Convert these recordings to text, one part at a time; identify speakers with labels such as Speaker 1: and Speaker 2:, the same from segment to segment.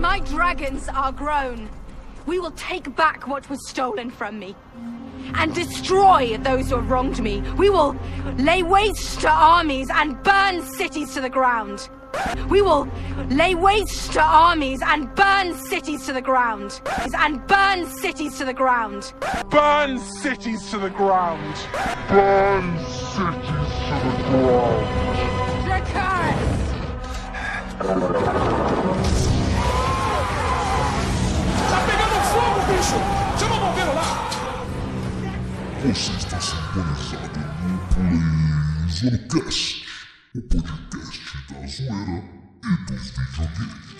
Speaker 1: my dragons are grown, we will take back what was stolen from me and destroy those who have wronged me. We will lay waste to armies and burn cities to the ground. We will lay waste to armies and burn cities to the ground. And burn cities to the ground.
Speaker 2: Burn cities to the ground. Burn cities to the ground.
Speaker 1: Dracarys!
Speaker 3: Tá pegando fogo, bicho! Chama o bombeiro lá!
Speaker 4: Você está sintonizado no PlayZonecast, o podcast da zoeira e dos videogames.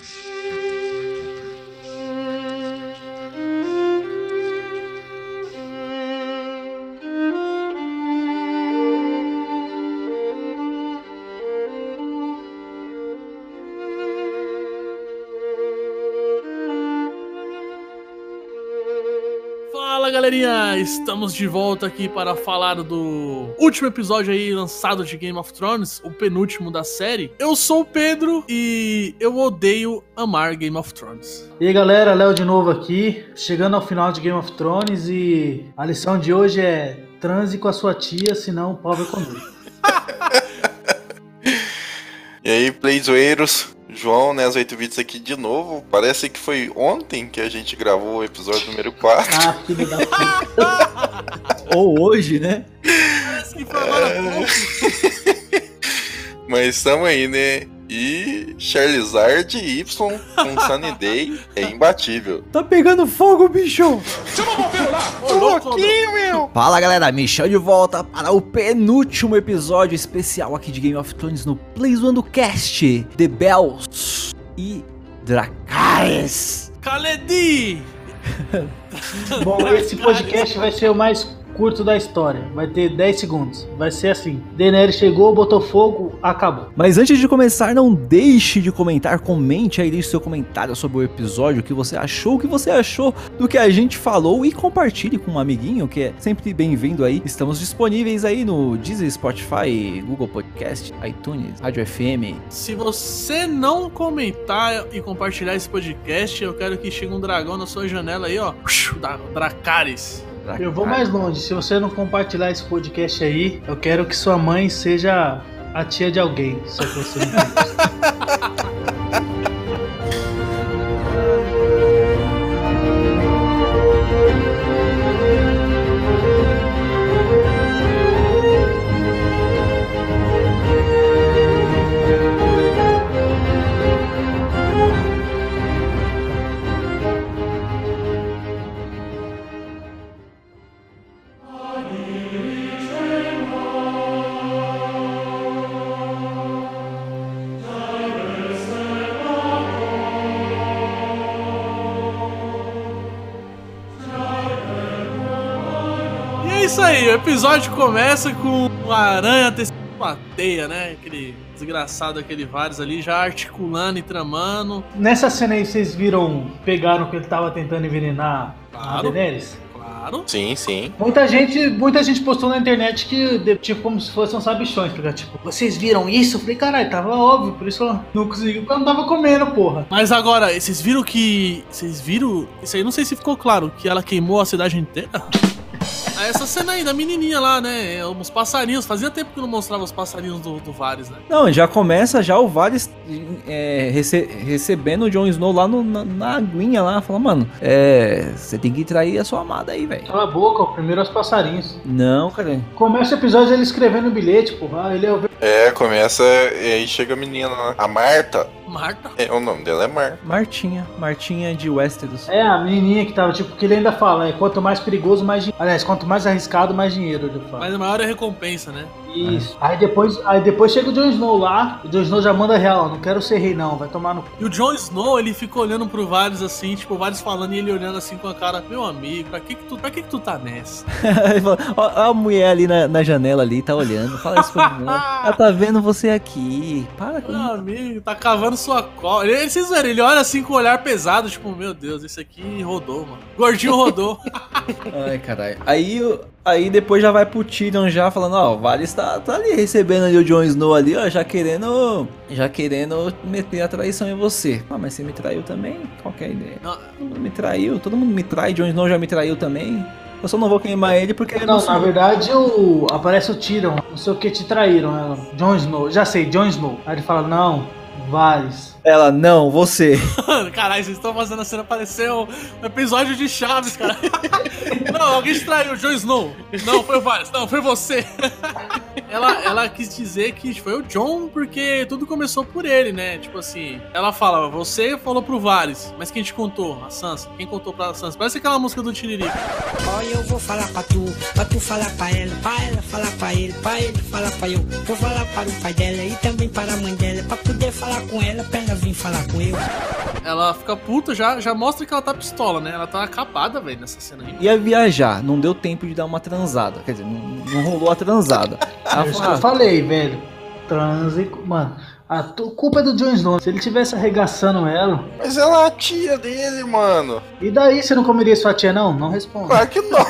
Speaker 5: Fala galerinha, estamos de volta aqui para falar do último episódio aí lançado de Game of Thrones, o penúltimo da série. Eu sou o Pedro e eu odeio amar Game of Thrones.
Speaker 6: E aí galera, Léo de novo aqui, chegando ao final de Game of Thrones e a lição de hoje é transe com a sua tia, senão o pau vai comer.
Speaker 7: E aí, playzoeiros, João, né, as 8 bits aqui de novo. Parece que foi ontem que a gente gravou o episódio número 4.
Speaker 6: Ah, filho da puta.
Speaker 8: Ou hoje, né?
Speaker 5: Parece que foi agora pouco.
Speaker 7: Mas estamos aí, né? E Charizard Y com Sunny Day é imbatível.
Speaker 8: Tá pegando fogo, bicho!
Speaker 3: Chama o bombeiro lá!
Speaker 7: Tô aqui, meu!
Speaker 8: Fala galera, Michel de volta para o penúltimo episódio especial aqui de Game of Thrones no PlayZonecast, The Bells e Dracarys.
Speaker 5: Khaledi!
Speaker 6: Bom, esse podcast vai ser o mais curto da história, vai ter 10 segundos, vai ser assim, Daenerys chegou, botou fogo, acabou.
Speaker 8: Mas antes de começar, não deixe de comentar, comente aí, deixe seu comentário sobre o episódio, o que você achou do que a gente falou e compartilhe com um amiguinho, que é sempre bem-vindo aí. Estamos disponíveis aí no Deezer, Spotify, Google Podcast, iTunes, Rádio FM.
Speaker 5: Se você não comentar e compartilhar esse podcast, eu quero que chegue um dragão na sua janela aí, ó, da Dracarys.
Speaker 6: Eu vou mais longe, se você não compartilhar esse podcast aí, eu quero que sua mãe seja a tia de alguém, só que você não tem.
Speaker 5: Isso aí, o episódio começa com uma aranha tecendo uma teia, né? Aquele desgraçado, aquele Varys ali já articulando e tramando.
Speaker 6: Nessa cena aí, vocês viram, pegaram que ele tava tentando envenenar a Daenerys?
Speaker 5: Claro.
Speaker 7: Sim, sim.
Speaker 6: Muita gente postou na internet que, tipo, como se fossem sabichões, porque, tipo, vocês viram isso? Eu falei, caralho, tava óbvio, por isso eu não consegui, porque eu não tava comendo, porra.
Speaker 5: Mas agora, vocês viram? Isso aí não sei se ficou claro, que ela queimou a cidade inteira? Essa cena aí da menininha lá, né? Os passarinhos. Fazia tempo que não mostrava os passarinhos do Varys, né?
Speaker 8: Não, já começa o Varys recebendo o Jon Snow lá na aguinha lá. Fala, mano, você tem que trair a sua amada aí, velho.
Speaker 6: Cala a boca, o primeiro é os passarinhos.
Speaker 8: Não, cara.
Speaker 6: Começa o episódio ele escrevendo o bilhete, porra. Ele é o...
Speaker 7: Começa, e aí chega a menina lá, a Marta.
Speaker 5: Marta?
Speaker 7: O nome dela é Marta.
Speaker 8: Martinha de Westeros.
Speaker 6: É, a menininha que tava, tipo, que ele ainda fala, quanto mais perigoso, mais dinheiro. Aliás, quanto mais arriscado, mais dinheiro, ele fala.
Speaker 5: Mas a maior é a recompensa, né?
Speaker 6: Isso. Aí depois chega o Jon Snow lá, o Jon Snow já manda real, não quero ser rei não, vai tomar no cu.
Speaker 5: E o Jon Snow, ele fica olhando pro Varys assim, tipo, o Varys falando e ele olhando assim com a cara, meu amigo, pra que tu tá nessa?
Speaker 8: Ó a mulher ali na janela ali, tá olhando, fala isso pra mim. Ela tá vendo você aqui, para com
Speaker 5: meu amigo, tá cavando sua cola. Vocês verem, ele olha assim com o olhar pesado, tipo, meu Deus, esse aqui rodou, mano. Gordinho rodou.
Speaker 8: Ai, caralho. Aí Aí depois já vai pro Tyrion já falando, ó, o Varys tá ali recebendo ali o Jon Snow ali, ó, já querendo meter a traição em você. Ah, mas você me traiu também? Qual que é a ideia? Todo mundo me traiu, todo mundo me trai, Jon Snow já me traiu também. Eu só não vou queimar ele porque ele
Speaker 6: não na verdade aparece o Tyrion, não sei o que te traíram, ela. Jon Snow, já sei, Jon Snow. Aí ele fala, não, Varys.
Speaker 8: Ela, não, você.
Speaker 5: Caralho, vocês estão fazendo a cena parecer um episódio de Chaves, cara. Não, alguém te traiu, o Jon Snow. Não, foi o Varys. Não, foi você. Ela quis dizer que foi o Jon porque tudo começou por ele, né? Tipo assim, ela fala, você falou pro Varys, mas quem te contou? A Sansa. Quem contou pra Sansa? Parece aquela música do Tiririca.
Speaker 9: Olha, eu vou falar pra tu falar pra ela falar pra ele falar pra eu. Vou falar para o pai dela e também para a mãe dela, pra poder falar com ela, pra ela vir falar com eu.
Speaker 5: Ela fica puta, já mostra que ela tá pistola, né? Ela tá acabada, velho, nessa cena aí.
Speaker 8: Ia viajar, não deu tempo de dar uma transada. Quer dizer, não rolou a transada.
Speaker 6: É isso que eu falei, velho. Transe, mano. A culpa é do Jon Snow. Se ele tivesse arregaçando ela...
Speaker 7: Mas ela é a tia dele, mano.
Speaker 6: E daí, você não comeria sua tia, não? Não responde.
Speaker 7: Claro que não.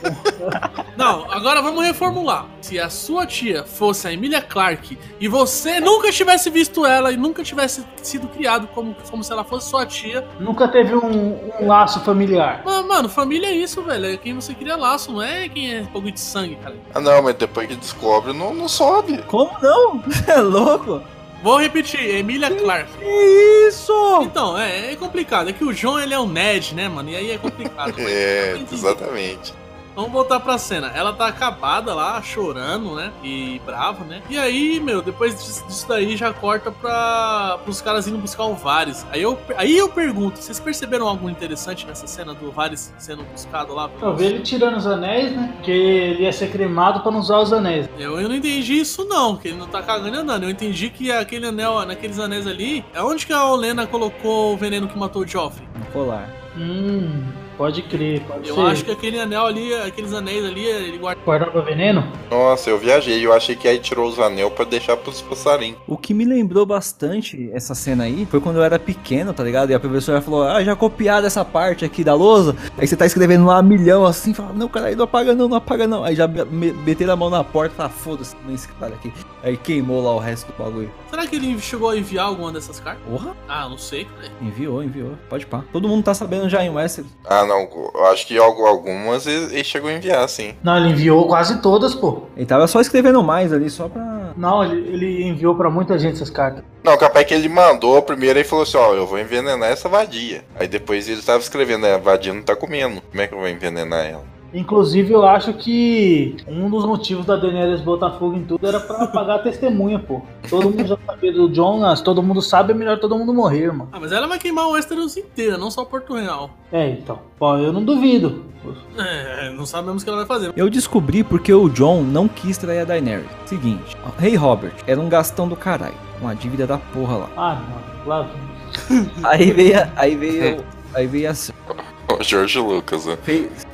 Speaker 5: Não, agora vamos reformular. Se a sua tia fosse a Emilia Clarke e você nunca tivesse visto ela e nunca tivesse sido criado como se ela fosse sua tia...
Speaker 6: Nunca teve um laço familiar.
Speaker 5: Mano, família é isso, velho. É quem você cria laço, não é quem é fogo de sangue, cara.
Speaker 7: Ah, não, mas depois que descobre, não sobe.
Speaker 8: Como não? É louco?
Speaker 5: Vou repetir, Emilia Clarke.
Speaker 8: Que isso?
Speaker 5: Então, é complicado. É que o Jon, ele é um nerd, né, mano? E aí é complicado.
Speaker 7: Exatamente.
Speaker 5: Vamos voltar pra cena. Ela tá acabada lá, chorando, né? E brava, né? E aí, meu, depois disso daí já corta pros caras indo buscar o Varys. Aí eu pergunto, vocês perceberam algo interessante nessa cena do Varys sendo buscado lá?
Speaker 6: Eu vi ele tirando os anéis, né? Que ele ia ser cremado pra não usar os anéis.
Speaker 5: Eu não entendi isso não, que ele não tá cagando e andando. Eu entendi que aquele anel, naqueles anéis ali, é onde que a Olenna colocou o veneno que matou o Joffrey.
Speaker 8: No colar.
Speaker 6: Pode crer, pode ser.
Speaker 5: Eu acho que aquele anel ali, aqueles anéis ali, ele
Speaker 6: guardava veneno?
Speaker 7: Nossa, eu viajei. Eu achei que aí tirou os anel pra deixar pros passarinhos.
Speaker 8: O que me lembrou bastante essa cena aí foi quando eu era pequeno, tá ligado? E a professora falou, já copiaram essa parte aqui da lousa. Aí você tá escrevendo lá 1.000.000 assim, fala, não, cara, aí não apaga não. Aí já meteram a mão na porta e fala, foda-se, não esse cara aqui. Aí queimou lá o resto do bagulho.
Speaker 5: Será que ele chegou a enviar alguma dessas cartas?
Speaker 8: Porra?
Speaker 5: Ah, não sei, cara.
Speaker 8: Enviou. Pode pá. Todo mundo tá sabendo já em Westeros.
Speaker 7: Ah, não. Eu acho que algumas ele chegou a enviar, sim.
Speaker 6: Não, ele enviou quase todas, pô.
Speaker 8: Ele tava só escrevendo mais ali, só pra...
Speaker 6: Não, ele enviou pra muita gente essas cartas.
Speaker 7: Não, capaz que ele mandou primeiro e falou assim, eu vou envenenar essa vadia. Aí depois ele tava escrevendo, a vadia não tá comendo. Como é que eu vou envenenar ela?
Speaker 6: Inclusive, eu acho que um dos motivos da Daenerys botar fogo em tudo era pra apagar a testemunha, pô. Todo mundo já sabia do Jonas, todo mundo sabe, é melhor todo mundo morrer, mano.
Speaker 5: Ah, mas ela vai queimar o Westeros inteira, não só Porto Real.
Speaker 6: Então. Pô, eu não duvido.
Speaker 5: Não sabemos o que ela vai fazer.
Speaker 8: Eu descobri porque o Jon não quis trair a Daenerys. Seguinte, Rei Robert era um gastão do caralho. Uma dívida da porra lá.
Speaker 6: Ah, não. Lá...
Speaker 8: Aí veio assim.
Speaker 7: O George Lucas, né?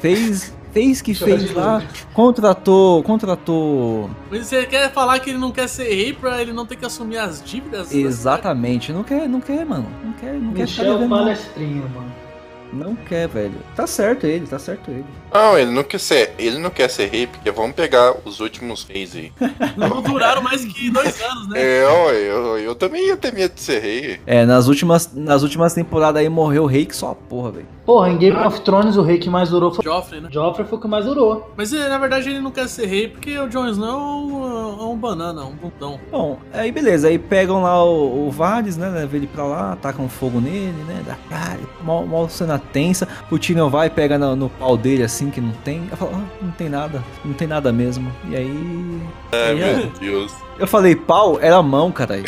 Speaker 8: Fez lá, contratou.
Speaker 5: Mas você quer falar que ele não quer ser rei pra ele não ter que assumir as dívidas?
Speaker 8: Exatamente, não quer, mano. Não quer
Speaker 6: Michel Palestrinho, mano.
Speaker 8: Não quer, velho. Tá certo ele.
Speaker 7: Não, ele não quer ser rei, porque vamos pegar os últimos reis aí.
Speaker 5: Não duraram mais que 2 anos, né?
Speaker 7: Eu também ia ter medo de ser rei.
Speaker 8: Nas últimas temporadas aí morreu o rei que só a porra, velho.
Speaker 6: Porra, em Game of Thrones o rei que mais durou foi
Speaker 5: Joffrey, né?
Speaker 6: Joffrey foi o que mais durou.
Speaker 5: Mas na verdade ele não quer ser rei porque o Jon Snow é um banana, um bundão.
Speaker 8: Bom, aí beleza, aí pegam lá o Varys, né, levam ele pra lá, tacam fogo nele, né, da cara, mó cena tensa. O Tyrion vai, pega no pau dele assim, que não tem. Eu falo, não tem nada mesmo. E aí...
Speaker 7: Meu Deus.
Speaker 8: Eu falei, pau, era mão, caralho.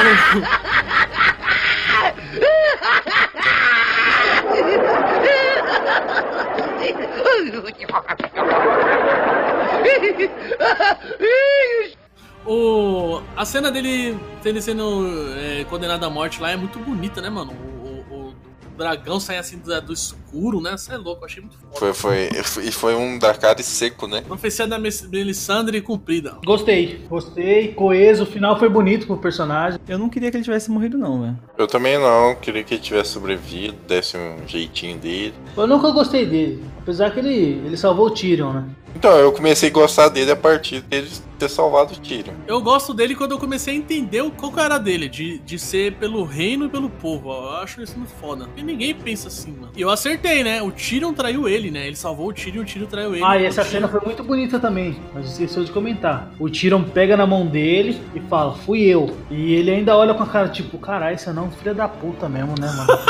Speaker 5: A cena dele sendo condenado à morte lá é muito bonita, né, mano? O dragão sai assim do escuro escuro, né? Você é louco, eu achei muito foda.
Speaker 7: Foi um Dracarys seco, né?
Speaker 5: Profecia da Melisandre cumprida.
Speaker 6: Gostei, coeso, o final foi bonito pro personagem.
Speaker 8: Eu não queria que ele tivesse morrido não, velho.
Speaker 7: Eu também não, queria que ele tivesse sobrevivido, desse um jeitinho dele.
Speaker 6: Eu nunca gostei dele, apesar que ele salvou o Tyrion, né?
Speaker 7: Então, eu comecei a gostar dele a partir dele ter salvado o Tyrion.
Speaker 5: Eu gosto dele quando eu comecei a entender qual que era dele, de ser pelo reino e pelo povo. Eu acho isso muito foda. Porque ninguém pensa assim, mano. E eu acertei, né? O Tyrion traiu ele, né? Ele salvou o Tyrion traiu ele.
Speaker 6: E essa cena foi muito bonita também, mas esqueceu de comentar. O Tyrion pega na mão dele e fala, fui eu. E ele ainda olha com a cara, tipo, caralho, você não é um filho da puta mesmo, né, mano?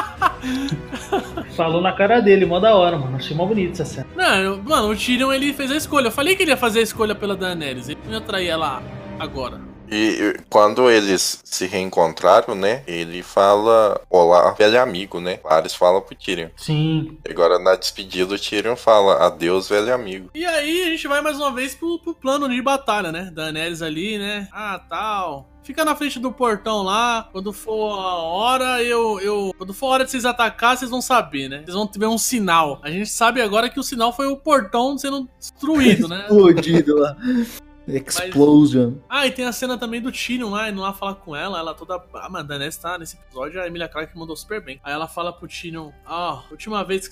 Speaker 6: Falou na cara dele, mó da hora, mano. Achei mó bonito essa cena.
Speaker 5: Não, mano, o Tyrion, ele fez a escolha. Eu falei que ele ia fazer a escolha pela Daenerys. Ele não ia trair ela agora.
Speaker 7: E quando eles se reencontraram, né? Ele fala, olá, velho amigo, né? Varys fala pro Tyrion.
Speaker 6: Sim.
Speaker 7: Agora na despedida o Tyrion fala, adeus, velho amigo.
Speaker 5: E aí a gente vai mais uma vez pro plano de batalha, né? Daenerys ali, né? Tal. Fica na frente do portão lá. Quando for a hora, quando for a hora de vocês atacar, vocês vão saber, né? Vocês vão ter um sinal. A gente sabe agora que o sinal foi o portão sendo destruído, né?
Speaker 8: Explodido lá. Explosion.
Speaker 5: E tem a cena também do Tyrion lá, indo lá falar com ela toda... mano, a Daenerys tá nesse episódio, a Emilia Clarke mandou super bem. Aí ela fala pro Tyrion, próxima vez que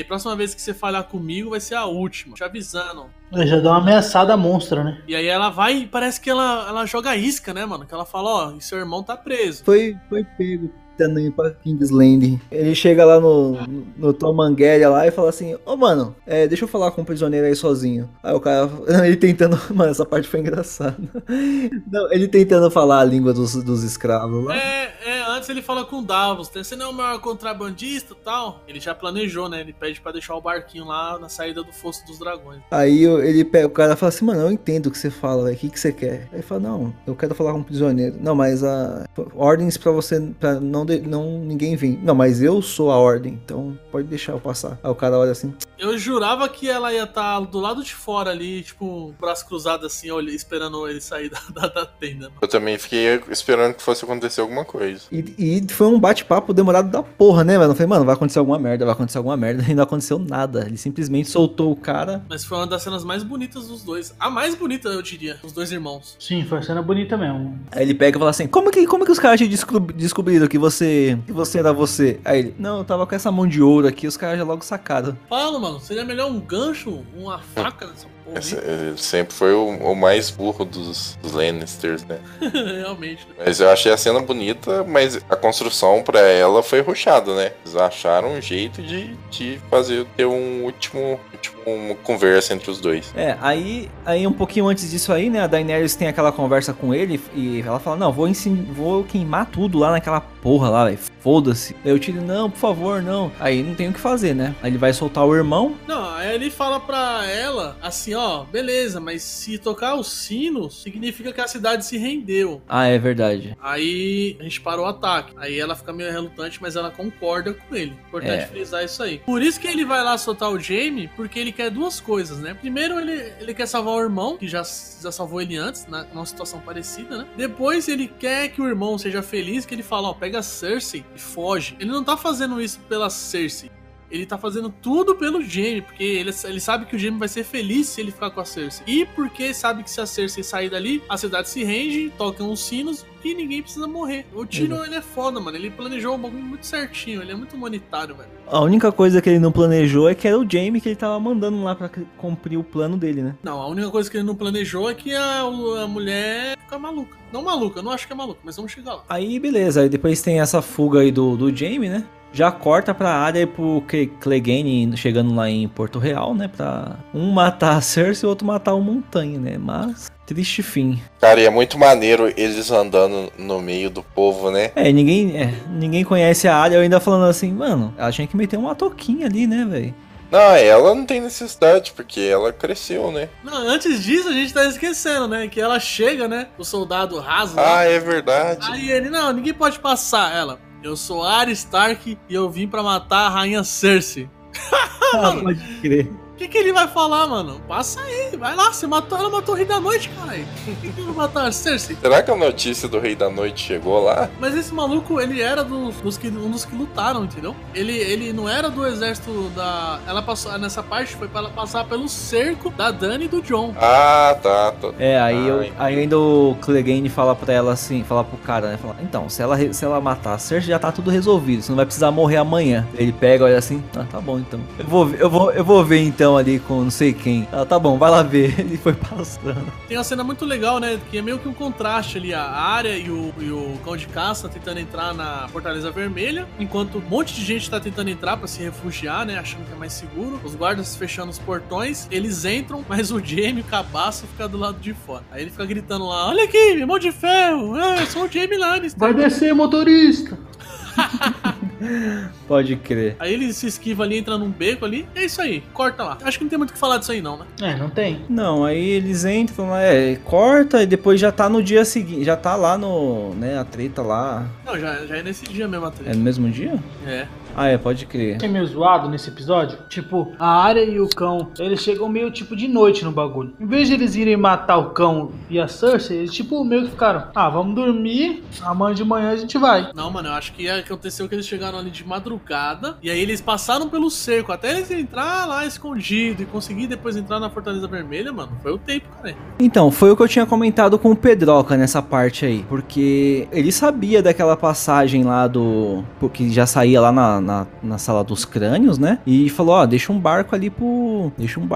Speaker 5: você falhar comigo vai ser a última, te avisando.
Speaker 6: Ele já dá uma ameaçada monstra, né?
Speaker 5: E aí ela vai e parece que ela joga isca, né, mano? Que ela fala, seu irmão tá preso.
Speaker 8: Foi pego. Indo pra King's Landing. Ele chega lá no Tom Mangueira lá e fala assim, mano, deixa eu falar com o prisioneiro aí sozinho. Aí o cara, ele tentando, mano, essa parte foi engraçada. Não, ele tentando falar a língua dos escravos lá.
Speaker 5: Antes ele fala com o Davos, você não é o maior contrabandista e tal. Ele já planejou, né, ele pede pra deixar o barquinho lá na saída do Fosso dos Dragões.
Speaker 8: Aí o cara fala assim, mano, eu entendo o que você fala, velho, o que você quer? Aí ele fala, não, eu quero falar com o prisioneiro. Não, mas ordens pra você, pra não ninguém vir. Não, mas eu sou a ordem, então pode deixar eu passar. Aí o cara olha assim.
Speaker 5: Eu jurava que ela ia estar do lado de fora ali, tipo, braço cruzado assim, esperando ele sair da tenda. Mano.
Speaker 7: Eu também fiquei esperando que fosse acontecer alguma coisa.
Speaker 8: E foi um bate-papo demorado da porra, né, mano? Eu falei, mano, vai acontecer alguma merda. E não aconteceu nada. Ele simplesmente soltou o cara.
Speaker 5: Mas foi uma das cenas mais bonitas dos dois. A mais bonita, eu diria, os dois irmãos.
Speaker 6: Sim, foi uma cena bonita mesmo.
Speaker 8: Aí ele pega e fala assim, como que os caras te descobriram que você era você? Aí ele, não, eu tava com essa mão de ouro aqui, os caras já logo sacaram.
Speaker 5: Fala, mano, seria melhor um gancho, uma faca nessa porra.
Speaker 7: Ele sempre foi o mais burro dos Lannisters, né?
Speaker 5: Realmente.
Speaker 7: Mas eu achei a cena bonita, mas a construção pra ela foi rushada, né? Eles acharam um jeito de ter um último conversa entre os dois.
Speaker 8: Aí um pouquinho antes disso aí, né, a Daenerys tem aquela conversa com ele e ela fala, não, vou queimar tudo lá naquela porra lá, velho, foda-se. Aí eu tiro, não, por favor, não. Aí não tem o que fazer, né? Aí ele vai soltar o irmão.
Speaker 5: Não, aí ele fala pra ela, assim, beleza, mas se tocar os sinos, significa que a cidade se rendeu.
Speaker 8: É verdade.
Speaker 5: Aí a gente parou o ataque. Aí ela fica meio relutante, mas ela concorda com ele. Importante frisar isso aí. Por isso que ele vai lá soltar o Jaime, porque ele quer duas coisas, né? Primeiro, ele quer salvar o irmão, que já salvou ele antes, numa situação parecida, né? Depois, ele quer que o irmão seja feliz, que ele fala, pega a Cersei e foge. Ele não tá fazendo isso pela Cersei. Ele tá fazendo tudo pelo Jaime, porque ele sabe que o Jaime vai ser feliz se ele ficar com a Cersei. E porque sabe que se a Cersei sair dali, a cidade se rende, tocam os sinos e ninguém precisa morrer. O Tyrion, ele é foda, mano. Ele planejou um bagulho muito certinho, ele é muito humanitário, velho.
Speaker 8: A única coisa que ele não planejou é que era o Jaime que ele tava mandando lá pra cumprir o plano dele, né?
Speaker 5: Não, a única coisa que ele não planejou é que a mulher fica maluca. Não maluca, eu não acho que é maluca, mas vamos chegar lá.
Speaker 8: Aí, beleza. Aí depois tem essa fuga aí do Jaime, né? Já corta pra área e pro Clegane chegando lá em Porto Real, né? Pra um matar a Cersei e o outro matar o Montanha, né? Mas, triste fim.
Speaker 7: Cara, e é muito maneiro eles andando no meio do povo, né?
Speaker 8: Ninguém conhece a área. Eu ainda falando assim, mano, ela tinha que meter uma toquinha ali, né, velho?
Speaker 7: Não, ela não tem necessidade, porque ela cresceu, né?
Speaker 5: Não, antes disso a gente tá esquecendo, né? Que ela chega, né? O soldado raso.
Speaker 7: É verdade.
Speaker 5: Aí ele, não, ninguém pode passar. Ela, eu sou Arya Stark e eu vim pra matar a rainha Cersei.
Speaker 8: Pode crer.
Speaker 5: O que ele vai falar, mano? Passa aí, vai lá, ela matou o Rei da Noite, caralho. Por que ele matou a Cersei?
Speaker 7: Será que a notícia do Rei da Noite chegou lá?
Speaker 5: Mas esse maluco, ele era um dos que lutaram, entendeu? Ele não era do exército da... Ela passou, nessa parte, foi pra ela passar pelo cerco da Dany e do Jon.
Speaker 7: Ah, tá.
Speaker 8: Aí ainda o Clegane fala pra ela assim, fala pro cara, né? Fala, então, se ela matar a Cersei, já tá tudo resolvido, você não vai precisar morrer amanhã. Ele pega, olha assim, tá bom então. Eu vou ver então ali com não sei quem. Ela, tá bom, vai lá ver. Ele foi passando.
Speaker 5: Tem uma cena muito legal, né? Que é meio que um contraste ali, a Arya e o Cão de Caça tentando entrar na Fortaleza Vermelha, enquanto um monte de gente tá tentando entrar pra se refugiar, né? Achando que é mais seguro. Os guardas fechando os portões, eles entram, mas o Jaime, o cabaço, fica do lado de fora. Aí ele fica gritando lá, olha aqui, irmão de ferro, eu sou o Jaime Lannister.
Speaker 6: Vai descer, motorista.
Speaker 8: Pode crer.
Speaker 5: Aí ele se esquiva ali, entra num beco ali, é isso aí, corta lá. Acho que não tem muito o que falar disso aí não, né?
Speaker 6: Não tem.
Speaker 8: Não, aí eles entram lá, corta e depois já tá no dia seguinte, já tá lá no, né, a treta lá.
Speaker 5: Não, já é nesse dia mesmo a treta.
Speaker 8: É no mesmo dia?
Speaker 5: É.
Speaker 8: Ah, pode crer.
Speaker 6: É meio zoado nesse episódio. Tipo, a Arya e o cão, eles chegam meio tipo de noite no bagulho. Em vez de eles irem matar o cão e a Cersei, eles tipo meio que ficaram, vamos dormir, amanhã de manhã a gente vai.
Speaker 5: Não, mano, eu acho que aconteceu que eles chegaram ali de madrugada e aí eles passaram pelo cerco até eles entrar lá escondido e conseguir depois entrar na Fortaleza Vermelha, mano. Foi o tempo, cara.
Speaker 8: Então, foi o que eu tinha comentado com o Pedroca nessa parte aí, porque ele sabia daquela passagem lá que já saía lá na sala dos crânios, né? E falou, deixa um barco ali pro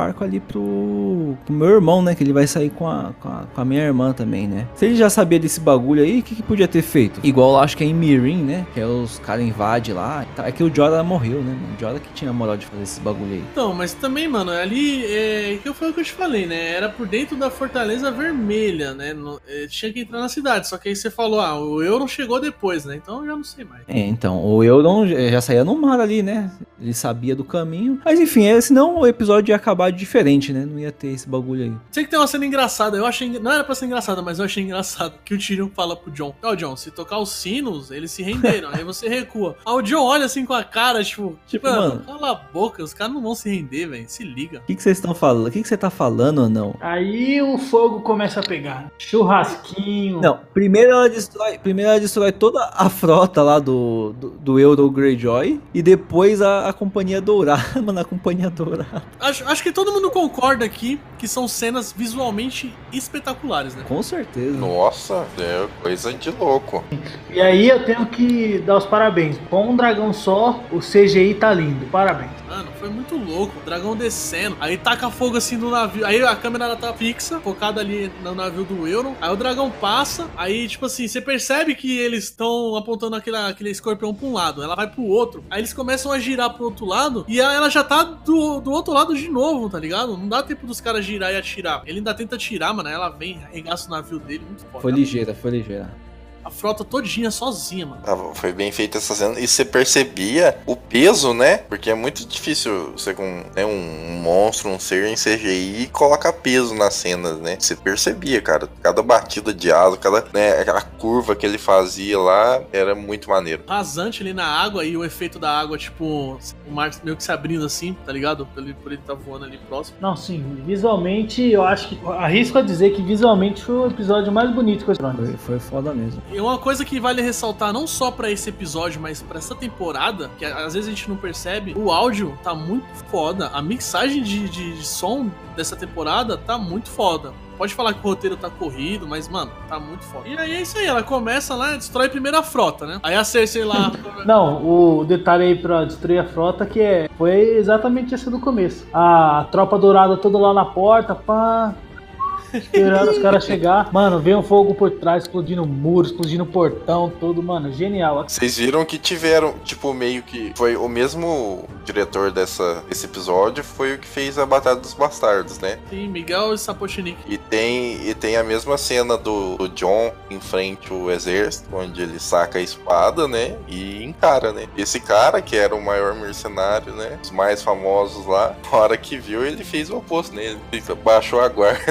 Speaker 8: meu irmão, né? Que ele vai sair com a minha irmã também, né? Se ele já sabia desse bagulho aí, o que podia ter feito? Igual eu acho que é em Meereen, né? Que é os caras invadem lá. É que o Jorah morreu, né? O Jorah que tinha a moral de fazer esse bagulho aí.
Speaker 5: Então, mas também, mano, ali que foi o que eu te falei, né? Era por dentro da Fortaleza Vermelha, né? Tinha que entrar na cidade. Só que aí você falou, o Euron chegou depois, né? Então eu já não sei mais.
Speaker 8: Então, o Euron já saía no mar ali, né? Ele sabia do caminho. Mas enfim, senão o episódio ia acabar diferente, né? Não ia ter esse bagulho aí.
Speaker 5: Sei que tem uma cena engraçada. Eu achei... Não era pra ser engraçada, mas eu achei engraçado. Que o Tyrion fala pro Jon. Jon, se tocar os sinos, eles se renderam. Aí você recua. Aí o Jon olha assim com a cara, tipo... Mano, cala a boca. Os caras não vão se render, velho. Se liga.
Speaker 8: O que vocês estão falando? O que você tá falando ou não?
Speaker 6: Aí o fogo começa a pegar. Churrasquinho.
Speaker 8: Não, primeiro ela destrói toda a frota lá do Euron Greyjoy. E depois a Companhia Dourada, mano, a Companhia Dourada.
Speaker 5: Acho que todo mundo concorda aqui que são cenas visualmente espetaculares, né?
Speaker 8: Com certeza.
Speaker 7: Nossa, é coisa de louco.
Speaker 6: E aí eu tenho que dar os parabéns. Com um dragão só, o CGI tá lindo. Parabéns.
Speaker 5: Mano, foi muito louco. O dragão descendo. Aí taca fogo assim no navio. Aí a câmera ela tá fixa, focada ali no navio do Euron. Aí o dragão passa. Aí, tipo assim, você percebe que eles estão apontando aquele escorpião pra um lado. Ela vai pro outro. Aí eles começam a girar pro outro lado. E ela já tá do outro lado de novo, tá ligado? Não dá tempo dos caras girar e atirar. Ele ainda tenta atirar, mano. Aí ela vem, arregaça o navio dele. Muito foda.
Speaker 8: Foi ligeira.
Speaker 5: A frota todinha sozinha, mano.
Speaker 7: Foi bem feita essa cena. E você percebia o peso, né? Porque é muito difícil você com um monstro, um ser em CGI e colocar peso nas cenas, né? Você percebia, cara. Cada batida de asa, aquela curva que ele fazia lá, era muito maneiro.
Speaker 5: Rasante ali na água e o efeito da água, tipo, o mar meio que se abrindo assim, tá ligado? Por ele tá voando ali próximo.
Speaker 6: Não, sim. Visualmente, eu acho que... Arrisco a dizer que visualmente foi o episódio mais bonito que eu assisti.
Speaker 8: Foi foda mesmo.
Speaker 5: E uma coisa que vale ressaltar não só pra esse episódio, mas pra essa temporada, que às vezes a gente não percebe, o áudio tá muito foda. A mixagem de som dessa temporada tá muito foda. Pode falar que o roteiro tá corrido, mas, mano, tá muito foda. E aí é isso aí, ela começa lá, destrói a primeira frota, né? Aí a Cersei lá...
Speaker 6: Não, o detalhe aí pra destruir a frota foi exatamente esse do começo. A tropa dourada toda lá na porta, pá... esperando os caras chegar. Mano, veio um fogo por trás, explodindo o muro, explodindo o portão, tudo, mano, genial.
Speaker 7: Vocês viram que tiveram, tipo, meio que... Foi o mesmo diretor desse episódio, foi o que fez a Batalha dos Bastardos, né?
Speaker 5: Sim, Miguel Sapochnik.
Speaker 7: E tem a mesma cena do Jon em frente ao exército, onde ele saca a espada, né? E encara, né? Esse cara, que era o maior mercenário, né? Os mais famosos lá, na hora que viu, ele fez o oposto, né? Ele baixou a guarda e foi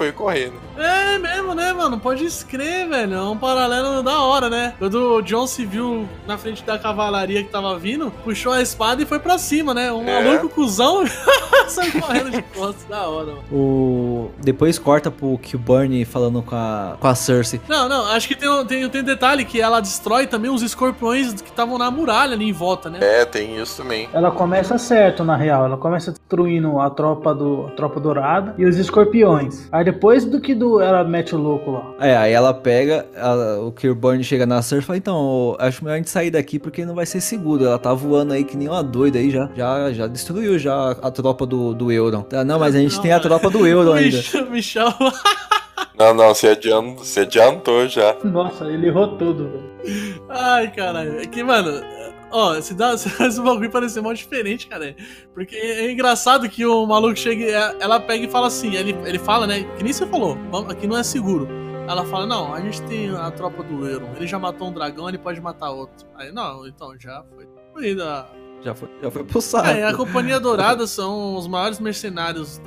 Speaker 7: foi correr, né?
Speaker 5: É mesmo, né, mano? Pode escrever, velho. É um paralelo da hora, né? Quando o Jon se viu na frente da cavalaria que tava vindo, puxou a espada e foi pra cima, né? Um maluco cuzão saiu correndo de costas. Da hora, mano.
Speaker 8: Depois corta pro Qyburn falando com a Cersei.
Speaker 5: Não, acho que tem detalhe que ela destrói também os escorpiões que estavam na muralha ali em volta, né?
Speaker 7: É, tem isso também.
Speaker 6: Ela começa certo, na real. Ela começa destruindo a tropa dourada e os escorpiões. Aí depois ela mete o louco lá.
Speaker 8: Aí ela pega, o Qyburn chega na Cersei e fala, então, acho melhor a gente sair daqui porque não vai ser seguro. Ela tá voando aí que nem uma doida aí, já destruiu já a tropa do Euron. Não, mas a gente tem a tropa do Euron ainda.
Speaker 5: Michel.
Speaker 7: Não, você adiantou já.
Speaker 6: Nossa, ele errou tudo, velho.
Speaker 5: Ai, caralho. É que, mano, ó, se faz o bagulho parecer mal diferente, cara. Porque é engraçado que o maluco chega, ela pega e fala assim, ele fala, né, que nem você falou, aqui não é seguro. Ela fala, não, a gente tem a tropa do Euron, ele já matou um dragão, ele pode matar outro. Aí, não, então já foi corrida.
Speaker 8: Já foi pro saco.
Speaker 5: A Companhia Dourada são os maiores mercenários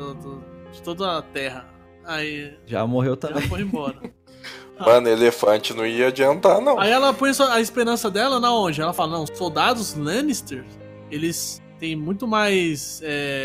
Speaker 5: de toda a Terra. Aí... Já
Speaker 8: morreu também.
Speaker 5: Já foi embora.
Speaker 7: Mano, elefante não ia adiantar, não.
Speaker 5: Aí ela põe a esperança dela na onde? Ela fala, não, soldados Lannister, eles têm muito mais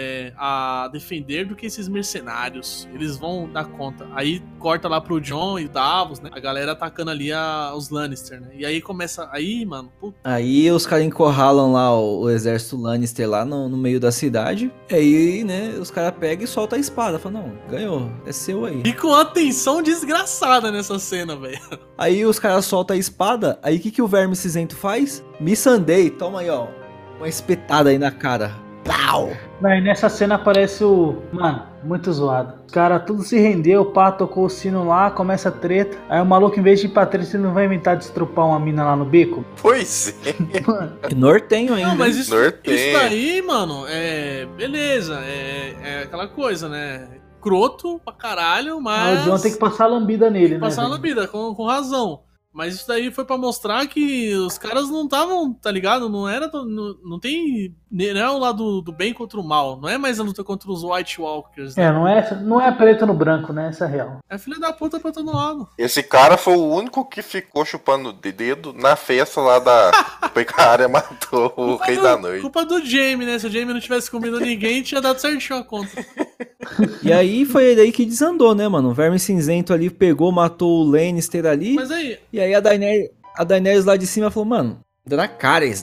Speaker 5: a defender do que esses mercenários. Eles vão dar conta. Aí corta lá pro Jon e o Davos, né? A galera atacando ali os Lannister, né? E aí começa... Aí, mano... Puta.
Speaker 8: Aí os caras encurralam lá o exército Lannister lá no meio da cidade. Aí, né, os caras pegam e soltam a espada. Falam, não, ganhou, é seu aí.
Speaker 5: E com uma tensão desgraçada nessa cena, velho.
Speaker 8: Aí os caras soltam a espada. Aí o que o Verme Cinzento faz? Missandei, toma aí, ó. Uma espetada aí na cara. Pau!
Speaker 6: Mas nessa cena aparece Mano, muito zoado. Os caras tudo se rendeu, o pá tocou o sino lá, começa a treta. Aí o maluco, em vez de ir pra treta, ele não vai inventar de estrupar uma mina lá no beco?
Speaker 7: Pois
Speaker 8: é. Nortenho ainda.
Speaker 5: Não, mas isso daí, mano, beleza. É aquela coisa, né? Croto pra caralho, mas...
Speaker 6: O Jon tem que passar a lambida nele, né?
Speaker 5: Passar a lambida, com razão. Mas isso daí foi pra mostrar que os caras não estavam, tá ligado? Não era. Não tem. Não é o lado do bem contra o mal. Não é mais a luta contra os White Walkers. Né?
Speaker 6: Não é preto no branco, né? Essa é real.
Speaker 5: É filha da puta pra todo lado.
Speaker 7: Esse cara foi o único que ficou chupando o dedo na festa lá da. Foi que a área matou o Rei da Noite.
Speaker 5: Culpa do Jaime, né? Se o Jaime não tivesse comido ninguém, tinha dado certinho a conta.
Speaker 8: E aí foi daí que desandou, né, mano? O Verme Cinzento ali pegou, matou o Lannister ali.
Speaker 5: Mas aí.
Speaker 8: E aí a Daenerys lá de cima falou, mano, Dracarys.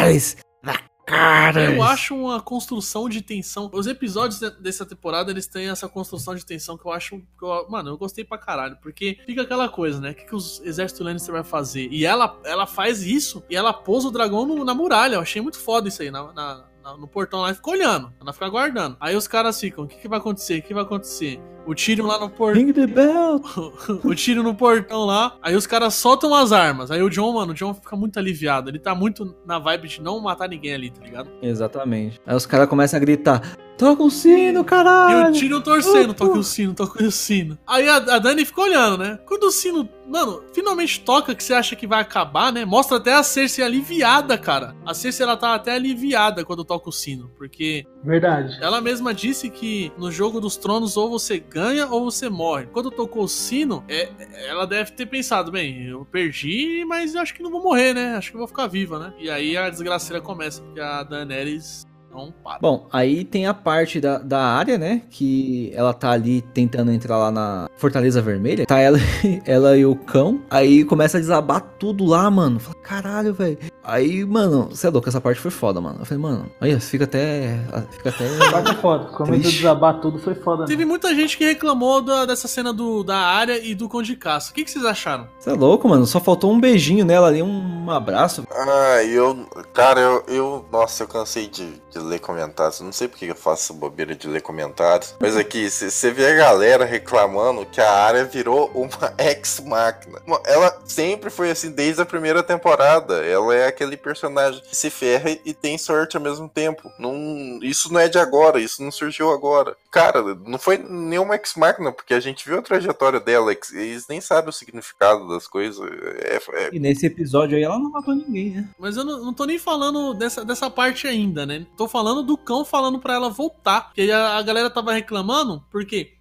Speaker 5: Eu acho uma construção de tensão. Os episódios dessa temporada, eles têm essa construção de tensão que eu acho... Mano, eu gostei pra caralho. Porque fica aquela coisa, né? O que os exércitos Lannister vai fazer? E ela faz isso e ela pousa o dragão na muralha. Eu achei muito foda isso aí, no portão lá, e ficou olhando. Ela fica aguardando. Aí os caras ficam, o que vai acontecer? O que vai acontecer? O tiro lá no portão.
Speaker 8: Ring the bell.
Speaker 5: O tiro no portão lá. Aí os caras soltam as armas. Aí o Jon fica muito aliviado. Ele tá muito na vibe de não matar ninguém ali, tá ligado?
Speaker 8: Exatamente. Aí os caras começam a gritar, toca o sino, caralho!
Speaker 5: E o Tyrion torcendo, toca o sino. Aí a Dany fica olhando, né? Quando o sino, mano, finalmente toca, que você acha que vai acabar, né? Mostra até a Cersei aliviada, cara. A Cersei, ela tá até aliviada quando toca o sino. Porque...
Speaker 6: Verdade.
Speaker 5: Ela mesma disse que no Jogo dos Tronos ou você ganha ou você morre. Quando tocou o sino, ela deve ter pensado, bem, eu perdi, mas acho que não vou morrer, né? Acho que vou ficar viva, né? E aí a desgraceira começa, porque a Daenerys...
Speaker 8: Bom, aí tem a parte da área, né? Que ela tá ali tentando entrar lá na Fortaleza Vermelha. Tá ela e o cão. Aí começa a desabar tudo lá, mano. Fala, caralho, velho. Aí, mano, você é louco, essa parte foi foda, mano. Eu falei, mano, aí fica até.
Speaker 6: Essa parte é foda. Começou a desabar tudo, foi foda.
Speaker 5: Teve muita gente que reclamou dessa cena da área e do Conde de Caça. O que vocês acharam?
Speaker 8: Você é louco, mano. Só faltou um beijinho nela ali, um abraço.
Speaker 7: Cara, nossa, eu cansei de ler comentários. Não sei porque eu faço bobeira de ler comentários. Mas aqui, você vê a galera reclamando que a Arya virou uma ex-máquina. Ela sempre foi assim desde a primeira temporada. Ela é aquele personagem que se ferra e tem sorte ao mesmo tempo. Isso não é de agora, isso não surgiu agora. Cara, não foi nenhuma ex-máquina, porque a gente viu a trajetória dela. Eles nem sabem o significado das coisas.
Speaker 8: E nesse episódio aí ela não matou ninguém, né?
Speaker 5: Mas eu não tô nem falando dessa parte ainda, né? Tô falando do cão falando pra ela voltar. Porque a galera tava reclamando, porque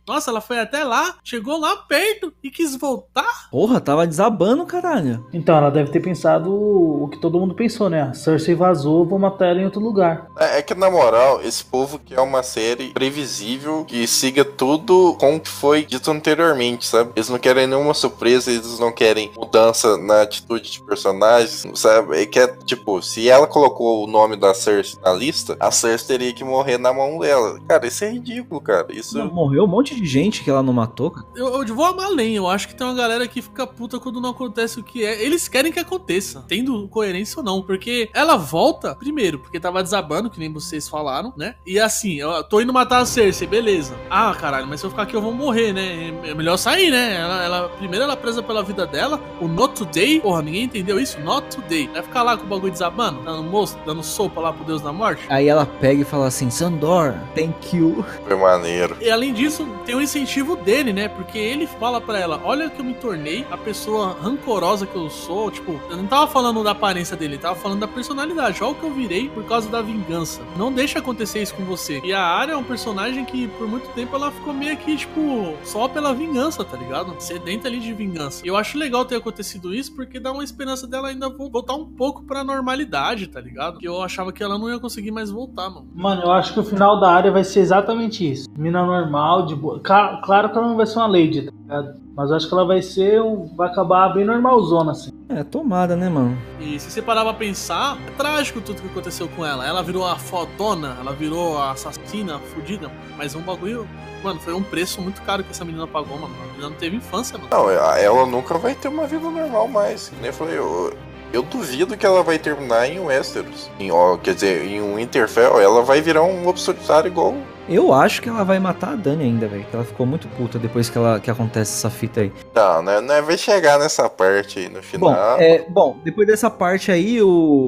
Speaker 5: Nossa, ela foi até lá, chegou lá perto e quis voltar?
Speaker 8: Porra, tava desabando, caralho.
Speaker 6: Então, ela deve ter pensado o que todo mundo pensou, né? A Cersei vazou, vou matar ela em outro lugar.
Speaker 7: É que, na moral, esse povo quer uma série previsível que siga tudo com o que foi dito anteriormente, sabe? Eles não querem nenhuma surpresa, eles não querem mudança na atitude de personagens, sabe? E quer, tipo, se ela colocou o nome da Cersei na lista, a Cersei teria que morrer na mão dela. Cara, isso é ridículo, cara. Isso...
Speaker 8: Não, morreu um monte de gente que ela não matou, cara.
Speaker 5: Eu vou além, eu acho que tem uma galera que fica puta quando não acontece o que é. Eles querem que aconteça, tendo coerência ou não, porque ela volta, primeiro, porque tava desabando, que nem vocês falaram, né? E assim, eu tô indo matar a Cersei, beleza. Ah, caralho, mas se eu ficar aqui eu vou morrer, né? É melhor sair, né? Primeiro ela é presa pela vida dela, o Not Today, porra, ninguém entendeu isso? Not Today. Vai ficar lá com o bagulho desabando, dando sopa lá pro Deus da Morte?
Speaker 8: Aí ela pega e fala assim, Sandor, thank you.
Speaker 7: Foi maneiro.
Speaker 5: E além disso, tem um incentivo dele, né? Porque ele fala pra ela, olha que eu me tornei, a pessoa rancorosa que eu sou, tipo, eu não tava falando da aparência dele, tava falando da personalidade, olha o que eu virei por causa da vingança. Não deixa acontecer isso com você. E a Arya é um personagem que por muito tempo ela ficou meio que, tipo, só pela vingança, tá ligado? Sedenta ali de vingança. E eu acho legal ter acontecido isso, porque dá uma esperança dela ainda voltar um pouco pra normalidade, tá ligado? Porque eu achava que ela não ia conseguir mais voltar, mano.
Speaker 6: Mano, eu acho que o final da Arya vai ser exatamente isso. Mina normal, de boa. Claro que ela não vai ser uma lady, tá ligado? Mas eu acho que ela vai ser vai acabar bem normalzona, assim.
Speaker 8: É, tomada, né, mano?
Speaker 5: E se você parar pra pensar, é trágico tudo que aconteceu com ela. Ela virou a fodona, ela virou a assassina, a fudida. Mas um bagulho... Mano, foi um preço muito caro que essa menina pagou, mano. A menina não teve infância, mano.
Speaker 7: Não, ela nunca vai ter uma vida normal mais. Nem falei, eu duvido que ela vai terminar em Westeros. Quer dizer, em um Winterfell, ela vai virar um lobo solitário igual...
Speaker 8: Eu acho que ela vai matar a Dany ainda, velho. Que ela ficou muito puta depois que acontece essa fita aí.
Speaker 7: Não, né, vai chegar nessa parte aí no final.
Speaker 8: Bom, depois dessa parte aí,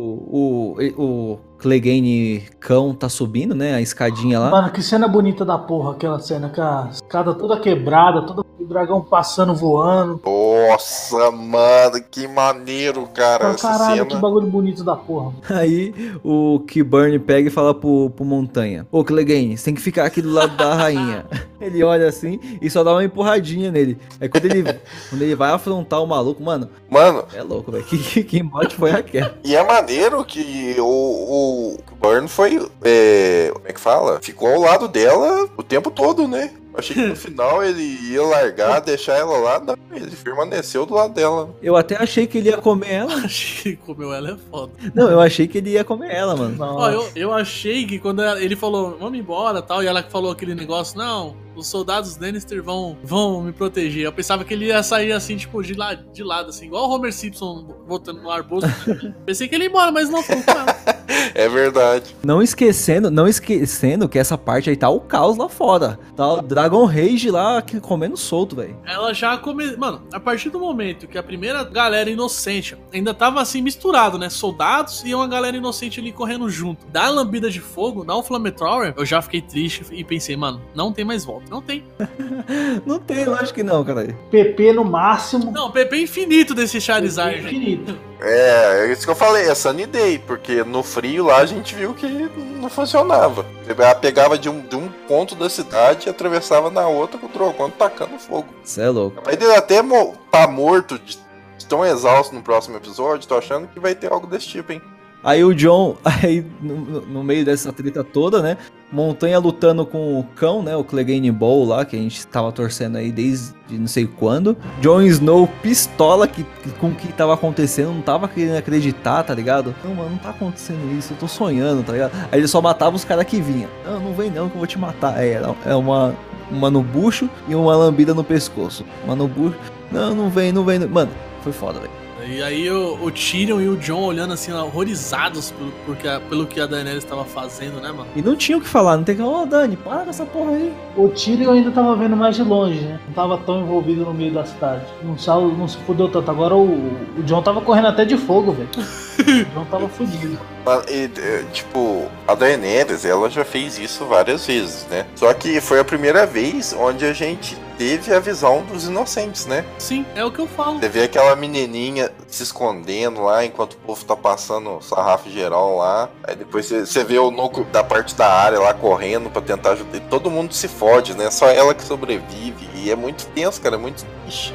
Speaker 8: o Clegane cão tá subindo, né? A escadinha lá.
Speaker 6: Mano, que cena bonita da porra, aquela cena com a escada toda quebrada, o dragão passando, voando.
Speaker 7: Nossa, mano, que maneiro, cara.
Speaker 6: Caralho,
Speaker 7: cena...
Speaker 6: que bagulho bonito da porra.
Speaker 8: Aí o Qyburn pega e fala pro Montanha: Ô Clegane, você tem que ficar aqui do lado da rainha. Ele olha assim e só dá uma empurradinha nele. Aí quando ele vai afrontar o maluco, mano, é louco, velho. Que morte foi aquela?
Speaker 7: E é maneiro que o Burn foi, como é que fala? Ficou ao lado dela o tempo todo, né? Achei que no final ele ia largar, deixar ela lá, não, ele permaneceu do lado dela.
Speaker 8: Eu até achei que ele ia comer ela.
Speaker 5: Achei que comeu ela é foda.
Speaker 8: Não, eu achei que ele ia comer ela, mano.
Speaker 5: Ó, eu achei que quando ele falou, vamos embora tal, e ela falou aquele negócio, não, os soldados Lannister vão me proteger. Eu pensava que ele ia sair assim, tipo, de lado, assim, igual o Homer Simpson voltando no arbusto. Pensei que ele ia embora, mas não foi com ela.
Speaker 7: É verdade.
Speaker 8: Não esquecendo que essa parte aí tá o caos lá fora. Tá o Dragon Rage lá comendo solto, velho.
Speaker 5: Ela já Mano, a partir do momento que a primeira galera inocente ainda tava assim misturado, né? Soldados e uma galera inocente ali correndo junto. Dá a lambida de fogo, dá o flamethrower, eu já fiquei triste e pensei, mano, não tem mais volta. Não tem.
Speaker 8: Não tem, lógico que não, cara.
Speaker 6: PP no máximo.
Speaker 5: Não, PP infinito desse Charizard.
Speaker 6: PP infinito.
Speaker 7: É isso que eu falei, é Sunny Day, porque no frio lá a gente viu que não funcionava. Ela pegava de um ponto da cidade e atravessava na outra com o Drogon tacando fogo.
Speaker 8: Cê é louco.
Speaker 7: Mas ele até tá morto de tão exausto no próximo episódio, tô achando que vai ter algo desse tipo, hein?
Speaker 8: Aí o Jon, no meio dessa treta toda, né? Montanha lutando com o cão, né? O Clegane Bowl lá, que a gente tava torcendo aí desde não sei quando. Jon Snow pistola com o que tava acontecendo, não tava querendo acreditar, tá ligado? Não, mano, não tá acontecendo isso, eu tô sonhando, tá ligado? Aí ele só matava os caras que vinham. Não vem não que eu vou te matar. É uma no bucho e uma lambida no pescoço. Uma no bucho. Não vem. Mano, foi foda, velho.
Speaker 5: E aí o Tyrion e o Jon olhando assim, horrorizados pelo que a Daenerys estava fazendo, né, mano?
Speaker 8: E não tinha o que falar, não tem que... Dani, para com essa porra aí.
Speaker 6: O Tyrion ainda tava vendo mais de longe, né? Não tava tão envolvido no meio da cidade. Não se fudeu tanto. Agora o Jon tava correndo até de fogo, velho. O Jon tava fudido.
Speaker 7: Tipo, a Daenerys, ela já fez isso várias vezes, né? Só que foi a primeira vez onde a gente teve a visão dos inocentes, né?
Speaker 5: Sim, é o que eu falo.
Speaker 7: Você vê aquela menininha se escondendo lá enquanto o povo tá passando sarrafo geral lá. Aí depois você vê o núcleo da parte da área lá correndo pra tentar ajudar. E todo mundo se fode, né? Só ela que sobrevive. E é muito tenso, cara. É muito triste.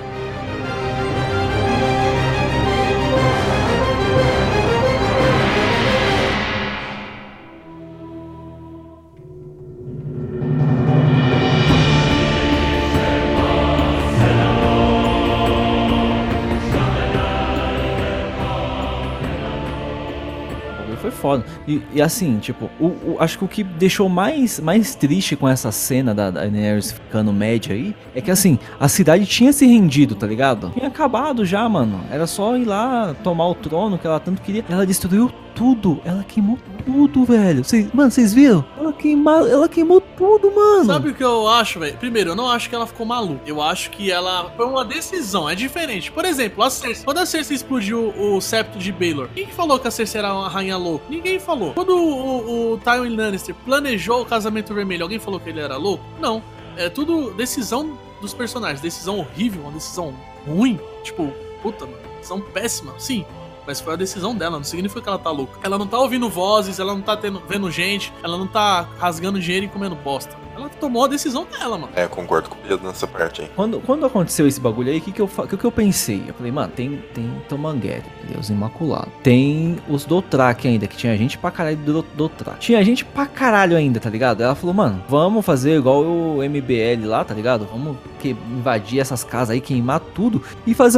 Speaker 8: Foi foda. E assim, tipo, acho que o que deixou mais triste com essa cena da Daenerys ficando média aí é que, assim, a cidade tinha se rendido, tá ligado? Tinha acabado já, mano. Era só ir lá tomar o trono que ela tanto queria. Ela destruiu tudo. Ela queimou tudo, velho. Mano, vocês viram? Ela queimou tudo, mano.
Speaker 5: Sabe o que eu acho, velho? Primeiro, eu não acho que ela ficou maluca. Eu acho que ela foi uma decisão. É diferente. Por exemplo, a Cersei. Quando a Cersei explodiu o septo de Baelor, quem que falou que a Cersei era uma rainha louca? Ninguém falou. Quando o Tywin Lannister planejou o casamento vermelho, alguém falou que ele era louco? Não. É tudo decisão dos personagens. Decisão horrível, uma decisão ruim. Tipo, puta, mano. Decisão péssima. Sim. Mas foi a decisão dela, não significa que ela tá louca. Ela não tá ouvindo vozes, ela não tá vendo gente, ela não tá rasgando dinheiro e comendo bosta. Ela tomou a decisão dela, mano.
Speaker 7: É, concordo com o Pedro nessa parte aí.
Speaker 8: Quando aconteceu esse bagulho aí, o que eu pensei? Eu falei, mano, tem Tomangueri, Deus Imaculado. Tem os Dothraki ainda, que tinha gente pra caralho do Dothraki. Tinha gente pra caralho ainda, tá ligado? Ela falou, mano, vamos fazer igual o MBL lá, tá ligado? Vamos invadir essas casas aí, queimar tudo e fazer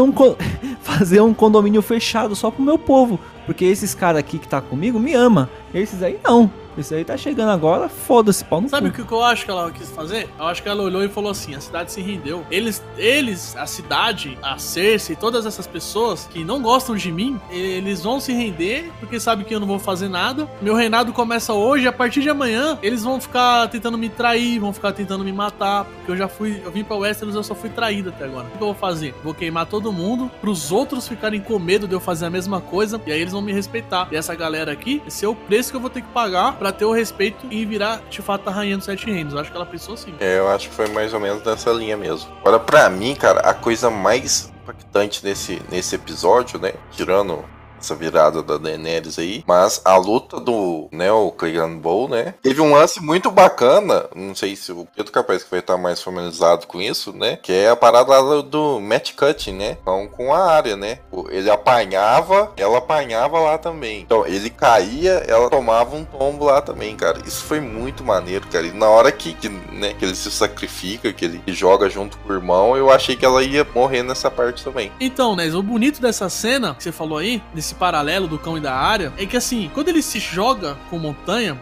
Speaker 8: um condomínio fechado só pro meu povo. Porque esses caras aqui que tá comigo me ama. Esses aí não. Esse aí tá chegando agora, foda-se, pau no cu.
Speaker 5: Sabe o que eu acho que ela quis fazer? Eu acho que ela olhou e falou assim, a cidade se rendeu. Eles, a cidade, a Cersei, todas essas pessoas que não gostam de mim, eles vão se render, porque sabem que eu não vou fazer nada. Meu reinado começa hoje, a partir de amanhã, eles vão ficar tentando me trair, vão ficar tentando me matar, porque eu vim pra Westeros, eu só fui traído até agora. O que eu vou fazer? Vou queimar todo mundo, pros outros ficarem com medo de eu fazer a mesma coisa, e aí eles vão me respeitar. E essa galera aqui, esse é o preço que eu vou ter que pagar pra ter o respeito e virar, de fato, a rainha dos 7 reinos. Eu acho que ela pensou assim.
Speaker 7: É, eu acho que foi mais ou menos nessa linha mesmo. Agora, pra mim, cara, a coisa mais impactante nesse episódio, né, tirando essa virada da Daenerys aí, mas a luta do, né, o Clegane Bowl, né, teve um lance muito bacana, não sei se o Pedro capaz que vai estar mais familiarizado com isso, né, que é a parada lá do match cutting, né, então, com a área, né, ele apanhava, ela apanhava lá também, então ele caía, ela tomava um tombo lá também, cara, isso foi muito maneiro, cara, e na hora que ele se sacrifica, que ele joga junto com o irmão, eu achei que ela ia morrer nessa parte também.
Speaker 5: Então, né, o bonito dessa cena que você falou aí, desse paralelo do cão e da área, é que assim, quando ele se joga com montanha,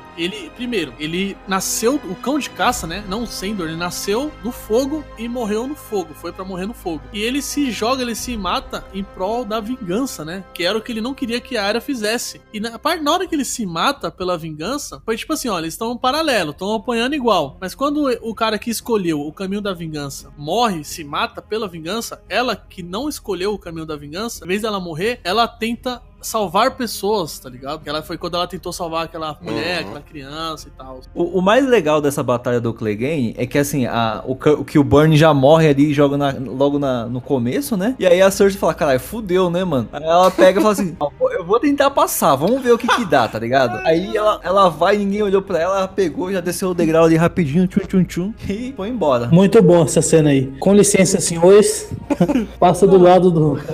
Speaker 5: ele nasceu, o cão de caça, né, não o Sandor, ele nasceu no fogo e morreu no fogo, foi pra morrer no fogo. E ele se joga, ele se mata em prol da vingança, né, que era o que ele não queria que a Arya fizesse. E na hora que ele se mata pela vingança, foi tipo assim, ó, eles estão paralelo, estão apanhando igual, mas quando o cara que escolheu o caminho da vingança morre, se mata pela vingança, ela que não escolheu o caminho da vingança, em vez dela morrer, ela tenta salvar pessoas, tá ligado? Ela foi quando ela tentou salvar aquela mulher, aquela criança e tal.
Speaker 8: O mais legal dessa batalha do Clegane é que, assim, o Burn já morre ali e joga logo no começo, né? E aí a Cersei fala, caralho, fudeu, né, mano? Aí ela pega e fala assim, eu vou tentar passar, vamos ver o que dá, tá ligado? Aí ela vai, ninguém olhou pra ela pegou, já desceu o degrau ali rapidinho, tchum, e foi embora.
Speaker 6: Muito bom essa cena aí. Com licença, senhores. Passa do lado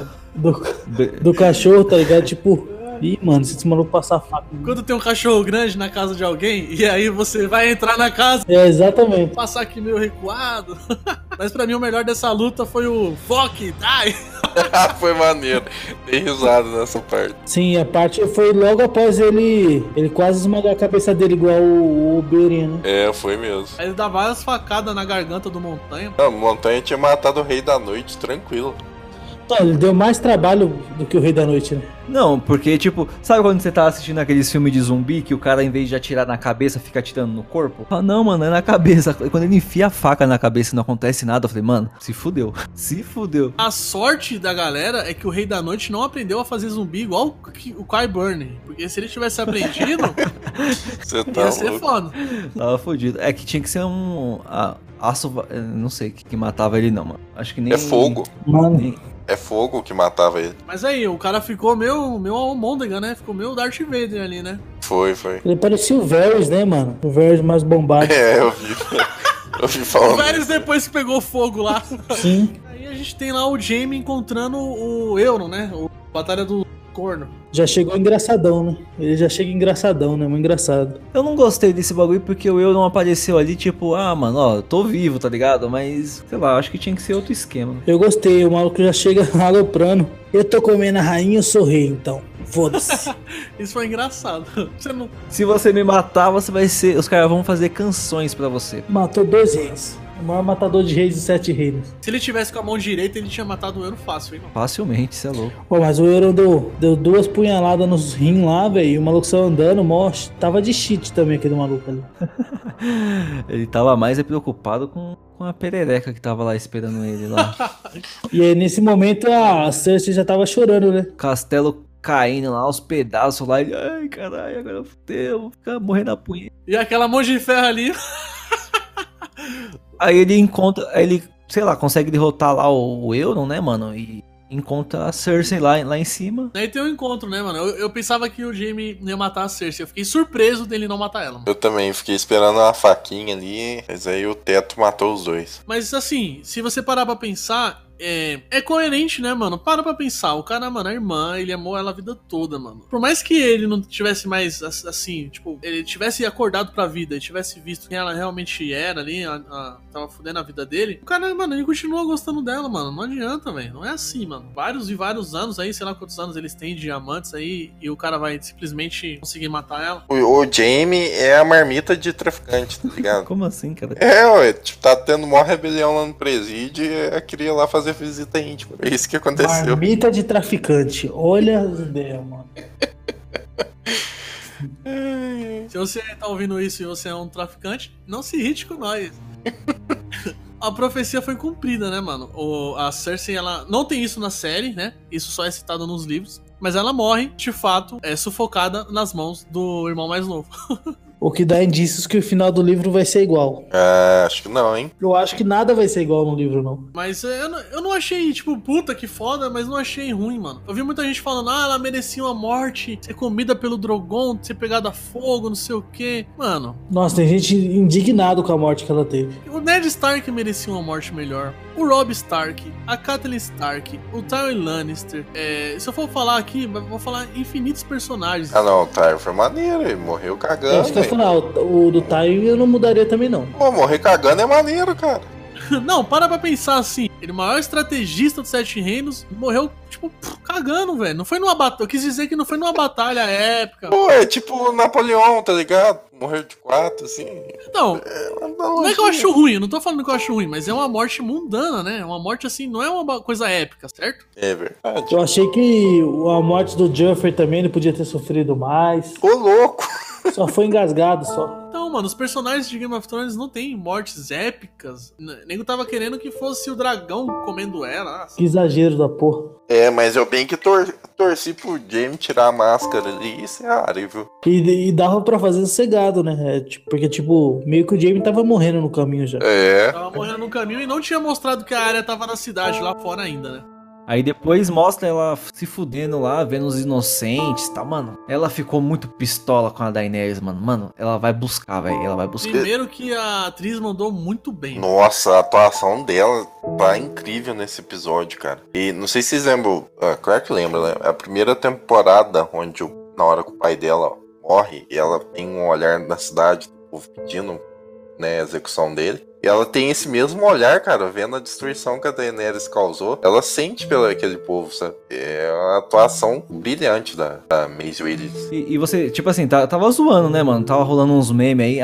Speaker 6: do cachorro, tá ligado? Tipo, ih, mano, se esse maluco passar faca.
Speaker 5: Quando tem um cachorro grande na casa de alguém, e aí você vai entrar na casa.
Speaker 6: É, exatamente.
Speaker 5: Passar aqui meio recuado. Mas pra mim o melhor dessa luta foi o Fuck, die.
Speaker 7: Foi maneiro. Dei risada nessa parte.
Speaker 6: Sim, a parte foi logo após ele quase esmagar a cabeça dele igual o Beren, né?
Speaker 7: É, foi mesmo.
Speaker 5: Aí ele dá várias facadas na garganta do Montanha.
Speaker 7: Não, o Montanha tinha matado o Rei da Noite, tranquilo.
Speaker 6: Ele deu mais trabalho do que o Rei da Noite, né?
Speaker 8: Não, porque, tipo, sabe quando você tá assistindo aqueles filmes de zumbi que o cara, em vez de atirar na cabeça, fica atirando no corpo? Ah, não, mano, é na cabeça. Quando ele enfia a faca na cabeça e não acontece nada, eu falei, mano, se fudeu. Se fudeu.
Speaker 5: A sorte da galera é que o Rei da Noite não aprendeu a fazer zumbi igual o Kai Burn. Porque se ele tivesse aprendido,
Speaker 7: Você tá
Speaker 5: ia ser
Speaker 7: louco.
Speaker 5: foda.
Speaker 8: Tava fudido. É que tinha que ser um... aço... Não sei o que matava ele, não, mano. Acho que nem...
Speaker 7: É fogo.
Speaker 6: Mano,
Speaker 7: É fogo que matava ele.
Speaker 5: Mas aí, o cara ficou meu Almôndega, né? Ficou meu Darth Vader ali, né?
Speaker 7: Foi.
Speaker 6: ele parecia o Varys, né, mano? O Varys mais bombado.
Speaker 7: É, eu vi. Eu vi
Speaker 5: O
Speaker 7: falando.
Speaker 5: Varys depois que pegou fogo lá.
Speaker 6: Sim.
Speaker 5: Aí a gente tem lá o Jaime encontrando o Euron, né? O Batalha do Corno.
Speaker 6: Já chegou engraçadão, né? Ele já chega engraçadão, né? Muito engraçado.
Speaker 8: Eu não gostei desse bagulho porque o eu não apareceu ali, tipo, ah, mano, ó, eu tô vivo, tá ligado? Mas, sei lá, acho que tinha que ser outro esquema.
Speaker 6: Eu gostei, o maluco já chega aloprando. Eu tô comendo a rainha, eu sou rei, então. Foda-se.
Speaker 5: Isso foi engraçado. Você não...
Speaker 8: Se você me matar, você vai ser... Os caras vão fazer canções pra você.
Speaker 6: Matou 2 reis. O maior matador de reis de 7 reinos.
Speaker 5: Se ele tivesse com a mão direita, ele tinha matado o Euron fácil, hein?
Speaker 8: Facilmente, cê é louco.
Speaker 6: Pô, mas o Euron deu 2 punhaladas nos rins lá, velho. E o maluco saiu andando, mó. Tava de cheat também aquele maluco ali.
Speaker 8: Ele tava mais preocupado com a perereca que tava lá esperando ele lá.
Speaker 6: E aí, nesse momento, a Cersei já tava chorando, né?
Speaker 8: Castelo caindo lá, os pedaços lá. Ele, ai, caralho, agora fudeu, vou ficar morrendo a punheta.
Speaker 5: E aquela mão de ferro ali.
Speaker 8: Aí ele encontra, aí ele, sei lá, consegue derrotar lá o Euron, né, mano? E encontra a Cersei lá em cima.
Speaker 5: Aí tem um encontro, né, mano? Eu pensava que o Jaime ia matar a Cersei. Eu fiquei surpreso dele não matar ela, mano.
Speaker 7: Eu também fiquei esperando uma faquinha ali, mas aí o teto matou os dois.
Speaker 5: Mas assim, se você parar pra pensar, é coerente, né, mano? Para pra pensar. O cara, mano, a irmã, ele amou ela a vida toda, mano. Por mais que ele não tivesse mais, assim, tipo, ele tivesse acordado pra vida e tivesse visto quem ela realmente era ali, tava fudendo a vida dele, o cara, mano, ele continua gostando dela, mano. Não adianta, velho. Não é assim, mano. Vários e vários anos aí, sei lá quantos anos eles têm de amantes aí, e o cara vai simplesmente conseguir matar ela.
Speaker 7: O Jaime é a marmita de traficante, tá ligado?
Speaker 8: Como assim, cara?
Speaker 7: Ué, tipo, tá tendo maior rebelião lá no presídio e eu queria lá fazer visita íntima. É isso que aconteceu.
Speaker 6: Marmita de traficante. Olha as ideias, mano.
Speaker 5: Se você tá ouvindo isso e você é um traficante, não se irrite com nós. A profecia foi cumprida, né, mano? A Cersei, ela não tem isso na série, né? Isso só é citado nos livros. Mas ela morre, de fato, sufocada nas mãos do irmão mais novo.
Speaker 6: O que dá indícios que o final do livro vai ser igual.
Speaker 7: Acho que não, hein?
Speaker 6: Eu acho que nada vai ser igual no livro, não.
Speaker 5: Mas eu não achei, tipo, puta que foda, mas não achei ruim, mano. Eu vi muita gente falando, ela merecia uma morte, ser comida pelo Drogon, ser pegada a fogo, não sei o quê. Mano...
Speaker 6: Nossa, tem gente indignado com a morte que ela teve.
Speaker 5: O Ned Stark merecia uma morte melhor. O Robb Stark, a Catelyn Stark, o Tywin Lannister. Se eu for falar aqui, vou falar infinitos personagens.
Speaker 7: Ah não, o Tywin foi maneiro, ele morreu cagando.
Speaker 6: Acho que eu ia falar, o do Tywin eu não mudaria também, não.
Speaker 7: Pô, morrer cagando é maneiro, cara.
Speaker 5: Não, para pensar assim. Ele, o maior estrategista dos Sete Reinos, morreu, tipo, cagando, velho. Não foi numa batalha. Eu quis dizer que não foi numa batalha épica.
Speaker 7: Pô, é tipo Napoleão, tá ligado? Morreu de 4, assim.
Speaker 5: Não, não é que eu acho ruim, eu não tô falando que eu acho ruim, mas é uma morte mundana, né? É uma morte assim, não é uma coisa épica, certo?
Speaker 7: É verdade.
Speaker 6: Eu achei que a morte do Joffrey também ele podia ter sofrido mais.
Speaker 7: Ô, louco!
Speaker 6: Só foi engasgado, só.
Speaker 5: Então, mano, os personagens de Game of Thrones não tem mortes épicas. O nego tava querendo que fosse o dragão comendo ela.
Speaker 6: Que exagero da porra.
Speaker 7: Mas eu bem que torci pro Jaime tirar a máscara ali, isso é área, viu?
Speaker 6: E dava pra fazer sossegado, né? Porque, tipo, meio que o Jaime tava morrendo no caminho já.
Speaker 5: Tava morrendo no caminho e não tinha mostrado que a área tava na cidade, lá fora ainda, né?
Speaker 8: Aí depois mostra ela se fudendo lá, vendo os inocentes, tá, mano? Ela ficou muito pistola com a Daenerys, mano. Mano, ela vai buscar, velho. Ela vai buscar.
Speaker 5: Primeiro que a atriz mandou muito bem.
Speaker 7: Nossa, a atuação dela tá incrível nesse episódio, cara. E não sei se vocês lembram, claro que lembra, né? A primeira temporada, onde na hora que o pai dela morre, e ela tem um olhar na cidade, o povo pedindo, né, a execução dele. E ela tem esse mesmo olhar, cara, vendo a destruição que a Daenerys causou. Ela sente pelo aquele povo, sabe? É uma atuação brilhante da Maisie Williams.
Speaker 8: E você, tipo assim, tava zoando, né, mano? Tava rolando uns memes aí.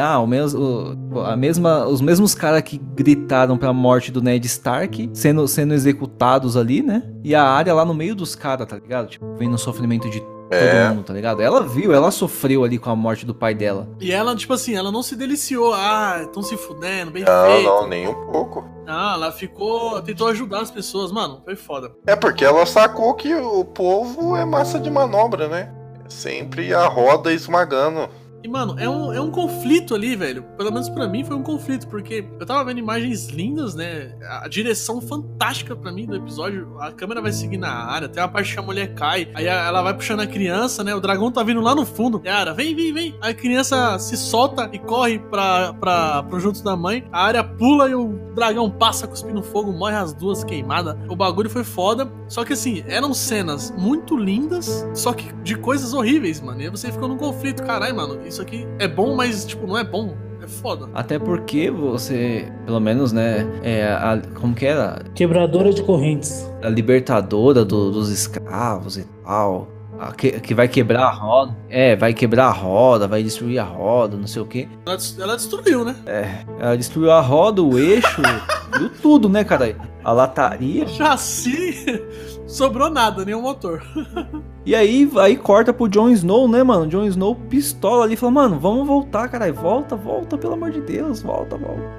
Speaker 8: Os mesmos caras que gritaram pela morte do Ned Stark sendo executados ali, né? E a Arya lá no meio dos caras, tá ligado? Tipo, vendo o sofrimento de todo mundo, tá ligado? Ela sofreu ali com a morte do pai dela.
Speaker 5: E ela, tipo assim, ela não se deliciou. Tão se fudendo, bem feito.
Speaker 7: Não, nem um pouco.
Speaker 5: Ela tentou ajudar as pessoas, mano, foi foda.
Speaker 7: É porque ela sacou que o povo é massa de manobra, né? É sempre a roda esmagando.
Speaker 5: E, mano, é um conflito ali, velho. Pelo menos pra mim foi um conflito, porque eu tava vendo imagens lindas, né? A direção fantástica pra mim do episódio. A câmera vai seguindo a área, tem uma parte que a mulher cai, aí ela vai puxando a criança, né? O dragão tá vindo lá no fundo. E a área, vem. Aí a criança se solta e corre pro junto da mãe. A área pula e o dragão passa cuspindo fogo, morre as duas queimadas. O bagulho foi foda. Só que assim, eram cenas muito lindas, só que de coisas horríveis, mano. E aí você ficou num conflito, caralho, mano. Isso aqui é bom, mas, tipo, não é bom. É foda.
Speaker 8: Até porque você, pelo menos, né, como que era?
Speaker 6: Quebradora de correntes.
Speaker 8: A libertadora dos escravos e tal. Que vai quebrar a roda. Vai quebrar a roda, vai destruir a roda, não sei o quê.
Speaker 5: Ela destruiu, né?
Speaker 8: Ela destruiu a roda, o eixo, destruiu tudo, né, cara? A lataria.
Speaker 5: Chassi, sobrou nada, nem o motor.
Speaker 8: E aí corta pro Jon Snow, né, mano? Jon Snow pistola ali e fala, mano, vamos voltar, caralho. Volta, pelo amor de Deus. Volta.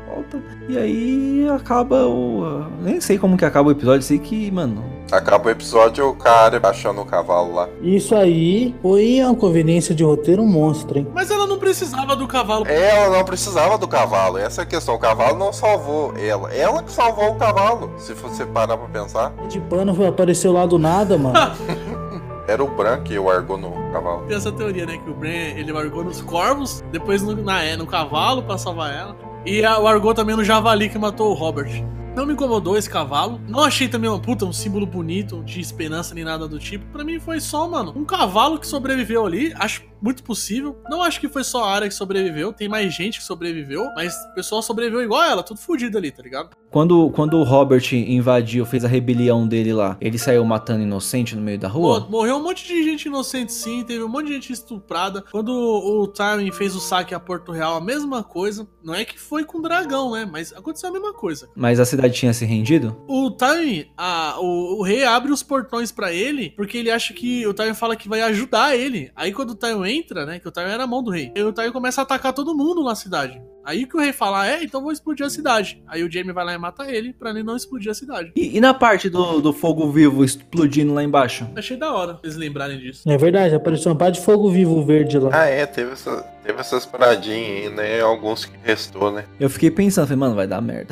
Speaker 8: E aí acaba nem sei como que acaba o episódio, sei que, mano...
Speaker 7: Acaba o episódio o cara baixando o cavalo lá.
Speaker 6: Isso aí foi uma conveniência de roteiro monstro, hein?
Speaker 5: Mas ela não precisava do cavalo.
Speaker 7: Ela não precisava do cavalo, essa é a questão. O cavalo não salvou ela. Ela que salvou o cavalo, se você parar pra pensar.
Speaker 6: De pano apareceu lá do nada, mano.
Speaker 7: Era o Bran que largou no cavalo.
Speaker 5: Tem essa teoria, né? Que o Bran, ele largou nos corvos, depois no cavalo pra salvar ela. E largou também no javali que matou o Robert. Não me incomodou esse cavalo. Não achei também um símbolo bonito de esperança nem nada do tipo. Pra mim foi só, mano, um cavalo que sobreviveu ali. Acho muito possível. Não acho que foi só a área que sobreviveu. Tem mais gente que sobreviveu. Mas o pessoal sobreviveu igual ela, tudo fudido ali, tá ligado?
Speaker 8: Quando o Robert invadiu, fez a rebelião dele lá, ele saiu matando inocente no meio da rua?
Speaker 5: Pô, morreu um monte de gente inocente, sim. Teve um monte de gente estuprada. Quando o Tywin fez o saque a Porto Real, a mesma coisa. Não é que foi com dragão, né? Mas aconteceu a mesma coisa.
Speaker 8: Mas a cidade tinha se rendido?
Speaker 5: O Tywin, o rei abre os portões pra ele, porque ele acha que o Tywin fala que vai ajudar ele. Aí quando o Tywin entra, né, que o Tywin era a mão do rei, aí o Tywin começa a atacar todo mundo na cidade. Aí que o rei fala, então vou explodir a cidade. Aí o Jaime vai lá e mata ele, pra ele não explodir a cidade.
Speaker 8: E na parte do fogo vivo explodindo lá embaixo?
Speaker 5: Achei da hora eles lembrarem disso.
Speaker 6: É verdade, apareceu uma parte de fogo vivo verde lá.
Speaker 7: Teve essas paradinhas aí, né? Alguns que restou, né?
Speaker 8: Eu fiquei pensando, falei, mano, vai dar merda.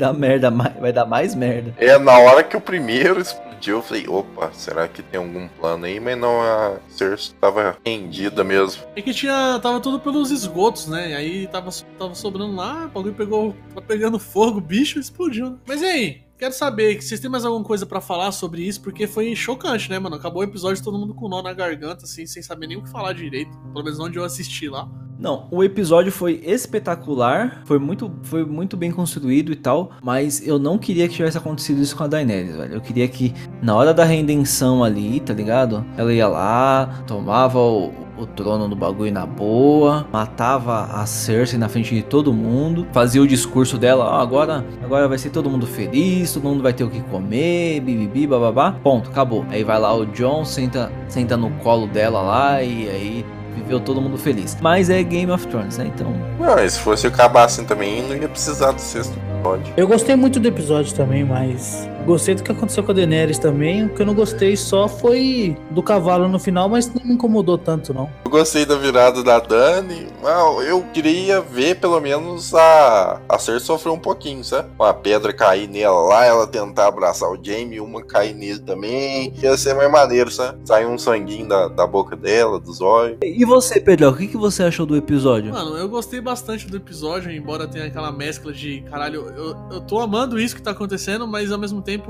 Speaker 8: Vai dar mais merda.
Speaker 7: Na hora que o primeiro explodiu, eu falei, opa, será que tem algum plano aí? Mas não, a Cersei tava rendida mesmo.
Speaker 5: É que tava tudo pelos esgotos, né? E aí tava sobrando lá, o bagulho tá pegando fogo, o bicho explodiu, né? Mas e aí? Quero saber, vocês têm mais alguma coisa pra falar sobre isso? Porque foi chocante, né, mano? Acabou o episódio todo mundo com nó na garganta, assim, sem saber nem o que falar direito. Pelo menos onde eu assisti lá.
Speaker 8: Não, o episódio foi espetacular, foi muito bem construído e tal, mas eu não queria que tivesse acontecido isso com a Daenerys, velho. Eu queria que na hora da redenção ali, tá ligado? Ela ia lá, tomava o trono do bagulho na boa, matava a Cersei na frente de todo mundo, fazia o discurso dela, agora vai ser todo mundo feliz, todo mundo vai ter o que comer, bibibi, bababá, ponto, acabou. Aí vai lá o Jon, senta no colo dela lá e aí viveu todo mundo feliz. Mas é Game of Thrones, né? Então...
Speaker 7: Não, se fosse acabar assim também, não ia precisar do sexto episódio.
Speaker 6: Eu gostei muito do episódio também, mas... Gostei do que aconteceu com a Daenerys também. O que eu não gostei só foi do cavalo no final, mas não me incomodou tanto, não.
Speaker 7: Eu gostei da virada da Dany. Eu queria ver pelo menos a Cersei sofrer um pouquinho, sabe? Uma pedra cair nela lá, ela tentar abraçar o Jaime, uma cair nele também. Ia ser mais maneiro, sabe? Sair um sanguinho da boca dela, dos olhos.
Speaker 8: E você, Pedro, o que você achou do episódio?
Speaker 5: Mano, eu gostei bastante do episódio, embora tenha aquela mescla de caralho, eu tô amando isso que tá acontecendo, mas ao mesmo tempo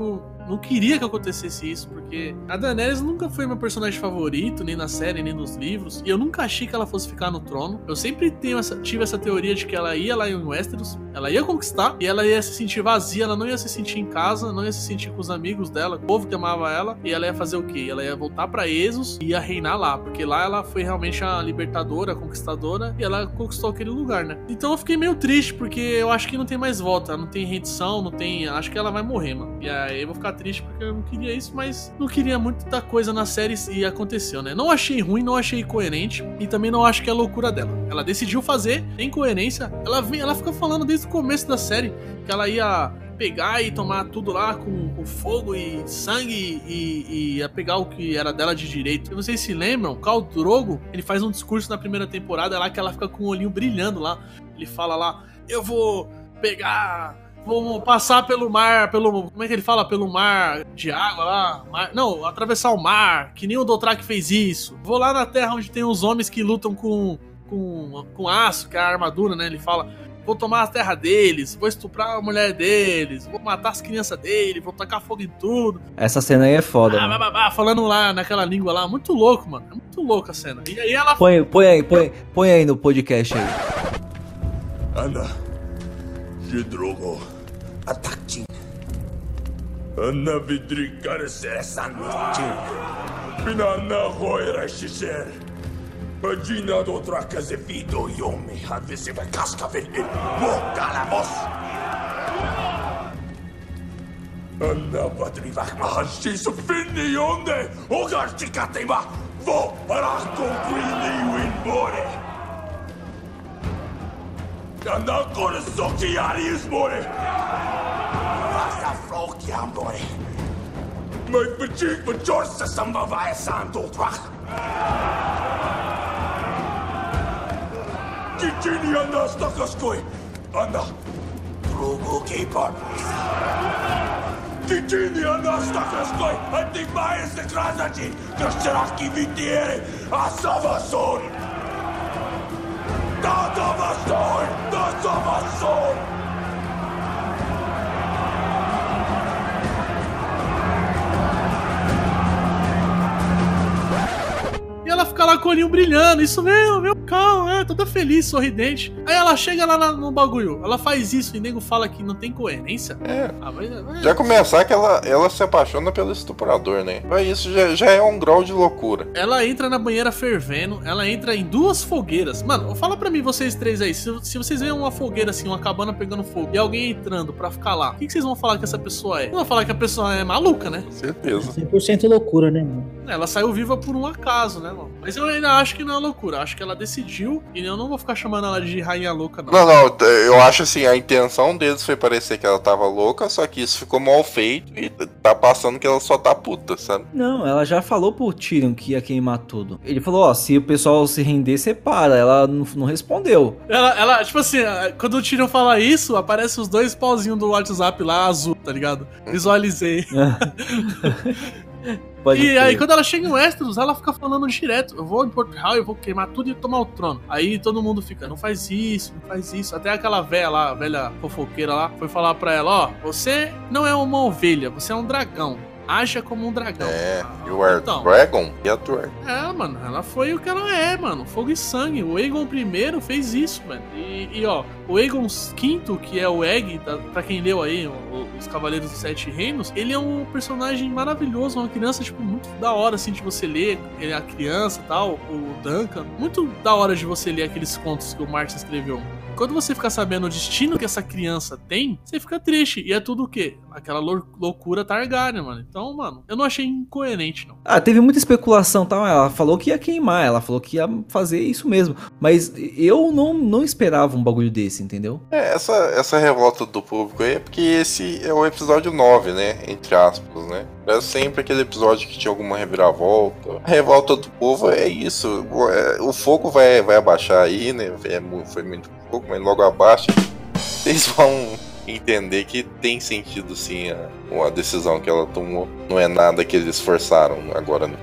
Speaker 5: não queria que acontecesse isso, porque a Daenerys nunca foi meu personagem favorito, nem na série, nem nos livros, e eu nunca achei que ela fosse ficar no trono. Eu sempre tive essa teoria de que ela ia lá em Westeros, ela ia conquistar, e ela ia se sentir vazia, ela não ia se sentir em casa, não ia se sentir com os amigos dela, o povo que amava ela, e ela ia fazer o quê? Ela ia voltar pra Essos e ia reinar lá, porque lá ela foi realmente a libertadora, a conquistadora, e ela conquistou aquele lugar, né? Então eu fiquei meio triste, porque eu acho que não tem mais volta, não tem rendição, não tem... Acho que ela vai morrer, mano. E aí eu vou ficar triste porque eu não queria isso, mas não queria muita coisa na série e aconteceu, né? Não achei ruim, não achei incoerente, e também não acho que é loucura dela. Ela decidiu fazer, tem coerência, ela fica falando desde o começo da série que ela ia pegar e tomar tudo lá com fogo e sangue e ia pegar o que era dela de direito. Vocês se lembram? O Khal Drogo, ele faz um discurso na primeira temporada lá que ela fica com o olhinho brilhando lá. Ele fala lá, eu vou pegar... Vou passar pelo mar, como é que ele fala? Pelo mar de água lá? Não, atravessar o mar, que nem o Dothraki fez isso. Vou lá na terra onde tem os homens que lutam com aço, que é a armadura, né? Ele fala, vou tomar a terra deles, vou estuprar a mulher deles, vou matar as crianças deles, vou tacar fogo em tudo.
Speaker 8: Essa cena aí é foda, mano.
Speaker 5: Falando lá naquela língua lá, muito louco, mano. É muito louca a cena. E aí ela...
Speaker 8: Põe aí no podcast aí.
Speaker 3: Ana, Drogo, Ataktin. Ana Vidrikar Sesantin. Pinana Roira Shisher. Bagina do Tracazevido Yomi, a visiva Cascavel e Mokalamos. Ana Badrivak Mahashi Sufini Yonde, Ogartikatema, vou para cumprir o embore. Ana Koresoki Arius More. Vasa Floki Ambore. Mas Bajik Bajorsa Sambavaya Santo Trach. Kitchini Ana Stakaskoi. Ana Drogo Keeper. Kitchini Ana Stakaskoi. Antigmaier Sekrazaji. Kastaraki Vitiere. Asavason. Da Savasson!
Speaker 5: E ela fica lá com o olhinho brilhando, isso mesmo, meu calma, toda feliz, sorridente. Aí ela chega lá no bagulho, ela faz isso e o nego fala que não tem coerência.
Speaker 7: Já começar que ela se apaixona pelo estuprador, né? Isso já é um grau de loucura.
Speaker 5: Ela entra na banheira fervendo, ela entra em 2 fogueiras. Mano, fala pra mim, vocês 3 aí, se vocês veem uma fogueira assim, uma cabana pegando fogo, e alguém entrando pra ficar lá, o que vocês vão falar que essa pessoa é? Não vão falar que a pessoa é maluca, né?
Speaker 7: Com certeza.
Speaker 6: 100% loucura, né, mano?
Speaker 5: Ela saiu viva por um acaso, né, mano? Mas eu ainda acho que não é loucura. Acho que ela decidiu e eu não vou ficar chamando ela de rainha louca, não.
Speaker 7: Não, eu acho assim, a intenção deles foi parecer que ela tava louca, só que isso ficou mal feito e tá passando que ela só tá puta, sabe?
Speaker 8: Não, ela já falou pro Tyrion que ia queimar tudo. Ele falou, ó, se o pessoal se render, separa. Ela não respondeu.
Speaker 5: Ela, tipo assim, quando o Tyrion fala isso, aparece os 2 pauzinhos do WhatsApp lá, azul, tá ligado? Visualizei. E aí quando ela chega em Westeros, ela fica falando direto, eu vou em Port Hall, eu vou queimar tudo e tomar o trono. Aí todo mundo fica, não faz isso. Até aquela velha lá, a velha fofoqueira lá, foi falar pra ela, ó, você não é uma ovelha, você é um dragão. Acha como um dragão.
Speaker 7: You are dragon?
Speaker 5: Mano, ela foi o que ela é, mano. Fogo e sangue. O Aegon I fez isso, mano. E ó, o Aegon V, que é o Egg, pra quem leu aí, os Cavaleiros dos 7 Reinos, ele é um personagem maravilhoso, uma criança, tipo, muito da hora, assim, de você ler. Ele é a criança e tal, o Duncan. Muito da hora de você ler aqueles contos que o Martin escreveu. Quando você fica sabendo o destino que essa criança tem, você fica triste. E é tudo o quê? Aquela loucura Targaryen, mano. Então, mano, eu não achei incoerente, não.
Speaker 8: Teve muita especulação, tá? Ela falou que ia queimar, ela falou que ia fazer isso mesmo. Mas eu não esperava um bagulho desse, entendeu?
Speaker 7: Essa revolta do público aí é porque esse é o episódio 9, né? Entre aspas, né? É sempre aquele episódio que tinha alguma reviravolta. A revolta do povo é isso. O fogo vai abaixar aí, né? Foi muito pouco, mas logo abaixo vocês vão entender que tem sentido sim a decisão que ela tomou. Não é nada que eles forçaram agora no final.
Speaker 5: Se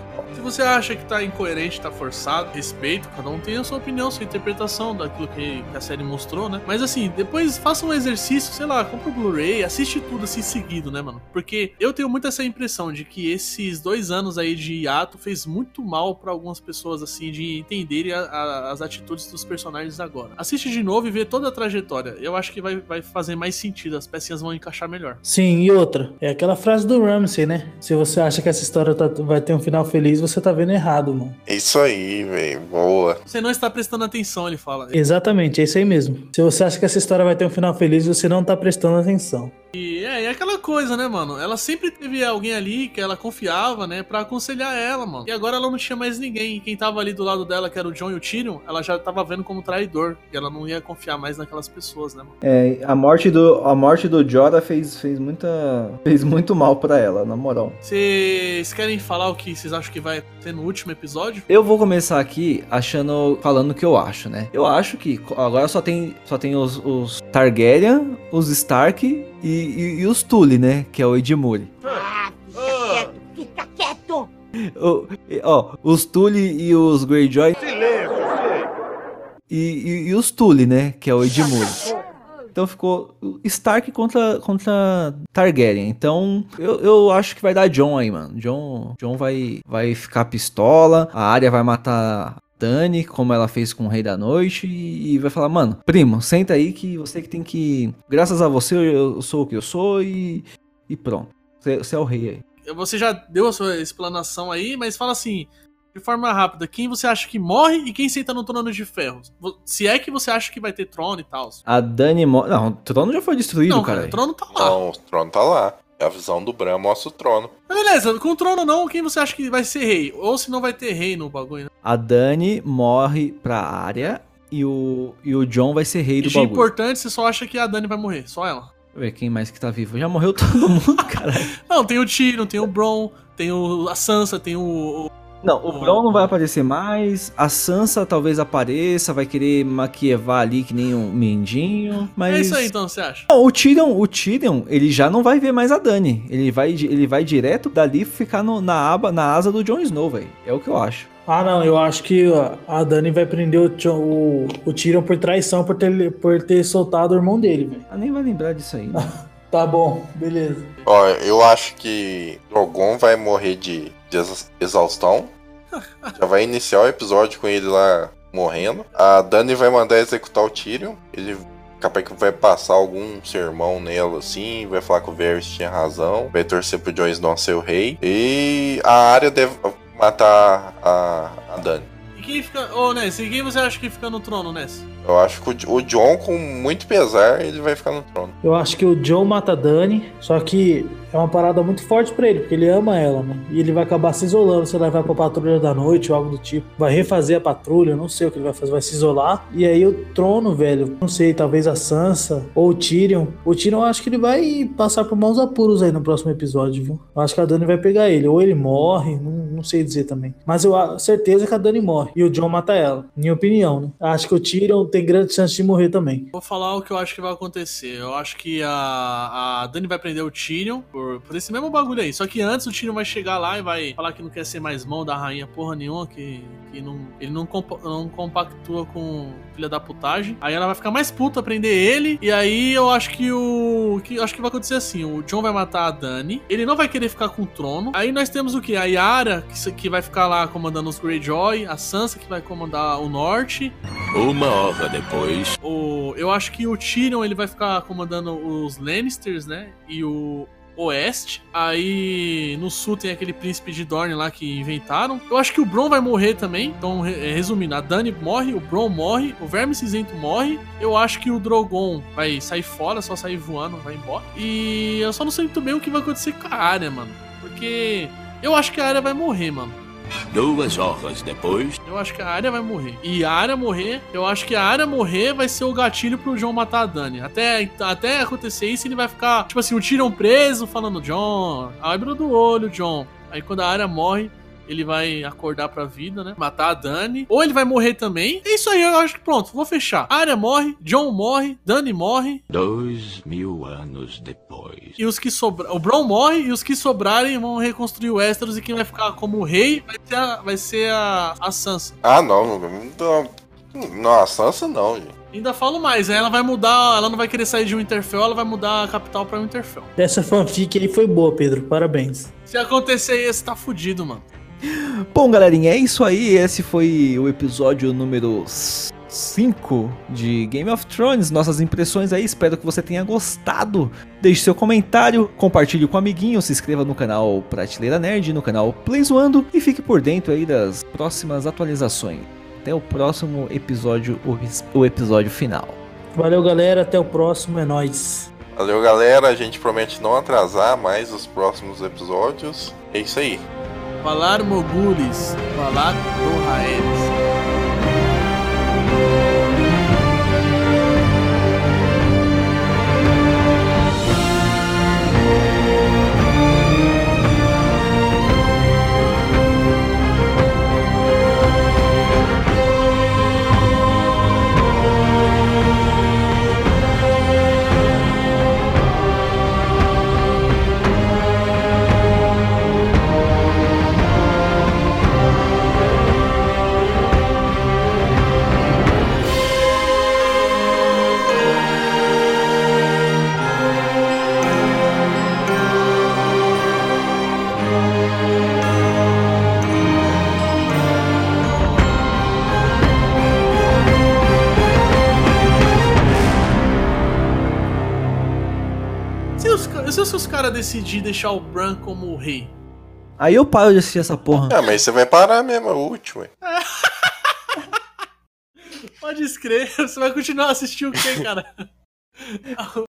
Speaker 5: você acha que tá incoerente, tá forçado, respeito, cada um tem a sua opinião, sua interpretação daquilo que a série mostrou, né? Mas assim, depois faça um exercício, sei lá, compra o Blu-ray, assiste tudo assim seguido, né, mano? Porque eu tenho muito essa impressão de que esses 2 anos aí de hiato fez muito mal pra algumas pessoas, assim, de entenderem as atitudes dos personagens agora. Assiste de novo e vê toda a trajetória. Eu acho que vai fazer mais sentido, as pecinhas vão encaixar melhor.
Speaker 6: Sim, e outra, é aquela frase do Ramsay, né? Se você acha que essa história vai ter um final feliz, você tá vendo errado, mano.
Speaker 7: Isso aí, velho. Boa.
Speaker 5: Você não está prestando atenção, ele fala.
Speaker 6: Exatamente, é isso aí mesmo. Se você acha que essa história vai ter um final feliz, você não tá prestando atenção.
Speaker 5: E é aquela coisa, né, mano? Ela sempre teve alguém ali que ela confiava, né, pra aconselhar ela, mano. E agora ela não tinha mais ninguém. E quem tava ali do lado dela, que era o Jon e o Tyrion, ela já tava vendo como traidor. E ela não ia confiar mais naquelas pessoas, né, mano?
Speaker 8: A morte do Jorah fez muito mal pra ela, na moral.
Speaker 5: Vocês querem falar o que vocês acham que vai ter no último episódio?
Speaker 8: Eu vou começar aqui falando o que eu acho, né? Eu acho que agora só tem os Targaryen, os Stark e os Tully, né? Que é o Edmure.
Speaker 9: Fica quieto!
Speaker 8: Os Tully e os Greyjoy. Silêncio! E os Tully, né? Que é o Edmure. Então ficou Stark contra Targaryen. Então eu acho que vai dar Jon aí, mano. Jon vai ficar pistola. A Arya vai matar Dany, como ela fez com o Rei da Noite, e vai falar, mano, primo, senta aí que você que tem que... Graças a você eu sou o que eu sou e pronto. Você é o rei aí.
Speaker 5: Você já deu a sua explanação aí, mas fala assim, de forma rápida, quem você acha que morre e quem senta no trono de ferro? Se é que você acha que vai ter trono e tal.
Speaker 8: A Dany morre... Não, o trono já foi destruído, cara.
Speaker 5: O trono tá lá.
Speaker 7: Não, o trono tá lá. A visão do Bran mostra o trono.
Speaker 5: Mas beleza, com o trono não, quem você acha que vai ser rei? Ou se não vai ter rei no bagulho, né?
Speaker 8: A Dany morre pra Arya e o Jon vai ser rei do bagulho.
Speaker 5: Importante, você só acha que a Dany vai morrer, só ela.
Speaker 8: Deixa eu ver quem mais que tá vivo. Já morreu todo mundo, caralho.
Speaker 5: Não, tem o Tyrion, tem o Bronn, tem a Sansa, tem o...
Speaker 8: Não, o Bronn não vai aparecer mais. A Sansa talvez apareça, vai querer maquievar ali que nem um mendinho, mas...
Speaker 5: É isso aí então, você acha?
Speaker 8: Não, o Tyrion, ele já não vai ver mais a Dany. Ele vai direto dali ficar na asa do Jon Snow, velho. É o que eu acho.
Speaker 6: Ah, não, eu acho que a Dany vai prender o Tyrion por traição, por ter soltado o irmão dele, velho.
Speaker 8: Ela nem vai lembrar disso aí, né?
Speaker 6: Tá bom, beleza.
Speaker 7: Ó, eu acho que Drogon vai morrer de exaustão. Já vai iniciar o episódio com ele lá morrendo. A Dany vai mandar executar o Tyrion. Ele capaz que vai passar algum sermão nela assim, vai falar que o Varys tinha razão, vai torcer pro Jon Snow ser o rei. E a Arya deve matar a Dany.
Speaker 5: E quem fica... Ô, Ness, e quem você acha que fica no trono, Ness?
Speaker 7: Eu acho que o Jon, com muito pesar, ele vai ficar no trono.
Speaker 6: Eu acho que o Jon mata a Dany, só que é uma parada muito forte pra ele, porque ele ama ela, né? E ele vai acabar se isolando, se ele vai pra patrulha da noite ou algo do tipo. Vai refazer a patrulha, não sei o que ele vai fazer, vai se isolar. E aí o trono, velho, não sei, talvez a Sansa ou o Tyrion. O Tyrion, eu acho que ele vai passar por maus apuros aí no próximo episódio, viu? Eu acho que a Dany vai pegar ele, ou ele morre, não sei dizer também. Mas eu tenho certeza que a Dany morre e o Jon mata ela, minha opinião, né? Acho que o Tyrion tem grande chance de morrer também.
Speaker 5: Vou falar o que eu acho que vai acontecer. Eu acho que a Dany vai prender o Tyrion por esse mesmo bagulho aí. Só que antes o Tyrion vai chegar lá e vai falar que não quer ser mais mão da rainha porra nenhuma, que ele não compactua com filha da putagem. Aí ela vai ficar mais puta, prender ele. E aí eu acho que acho que vai acontecer assim. O Jon vai matar a Dany. Ele não vai querer ficar com o trono. Aí nós temos o quê? A Yara, que vai ficar lá comandando os Greyjoy. A Sansa, que vai comandar o norte.
Speaker 10: Uma hora depois.
Speaker 5: Eu acho que o Tyrion ele vai ficar comandando os Lannisters, né? E o oeste. Aí no sul tem aquele príncipe de Dorne lá que inventaram. Eu acho que o Bronn vai morrer também. Então, resumindo, a Dany morre, o Bronn morre, o Verme Cinzento morre. Eu acho que o Drogon vai sair fora, só sair voando, vai embora. E eu só não sei muito bem o que vai acontecer com a Arya, mano. Porque eu acho que a Arya vai morrer, mano.
Speaker 10: 2 horas depois.
Speaker 5: Eu acho que a Arya vai morrer. E a Arya morrer, eu acho que a Arya morrer vai ser o gatilho pro Jon matar a Dany. Até acontecer isso, ele vai ficar, tipo assim, o Tyrion preso, falando, Jon, abre do olho, Jon. Aí quando a Arya morre, ele vai acordar pra vida, né? Matar a Dani. Ou ele vai morrer também. É isso aí, eu acho que pronto, vou fechar. Arya morre, Jon morre, Dani morre.
Speaker 10: 2000 anos depois.
Speaker 5: E os que sobrar... O Bron morre e os que sobrarem vão reconstruir o Westeros e quem vai ficar como rei vai ser a Sansa.
Speaker 7: Ah, não. Não, a Sansa não, gente.
Speaker 5: Ainda falo mais, ela vai mudar, ela não vai querer sair de Winterfell, ela vai mudar a capital pra Winterfell.
Speaker 6: Essa fanfic aí foi boa, Pedro. Parabéns.
Speaker 5: Se acontecer isso, tá fudido, mano.
Speaker 8: Bom, galerinha, é isso aí. Esse foi o episódio número 5 de Game of Thrones. Nossas impressões aí, espero que você tenha gostado. Deixe seu comentário, compartilhe com o amiguinho, se inscreva no canal Prateleira Nerd, no canal Play Zoando e fique por dentro aí das próximas atualizações. Até o próximo episódio, o episódio final.
Speaker 6: Valeu, galera. Até o próximo. É nóis.
Speaker 7: Valeu, galera. A gente promete não atrasar mais os próximos episódios. É isso aí.
Speaker 5: Valar Morghulis, Valar Dohaeris. Se os caras decidirem deixar o Bran como o rei?
Speaker 8: Aí eu paro de assistir essa porra.
Speaker 7: Ah, mas você vai parar mesmo, é útil, ué.
Speaker 5: Pode escrever, você vai continuar assistindo o quê, cara?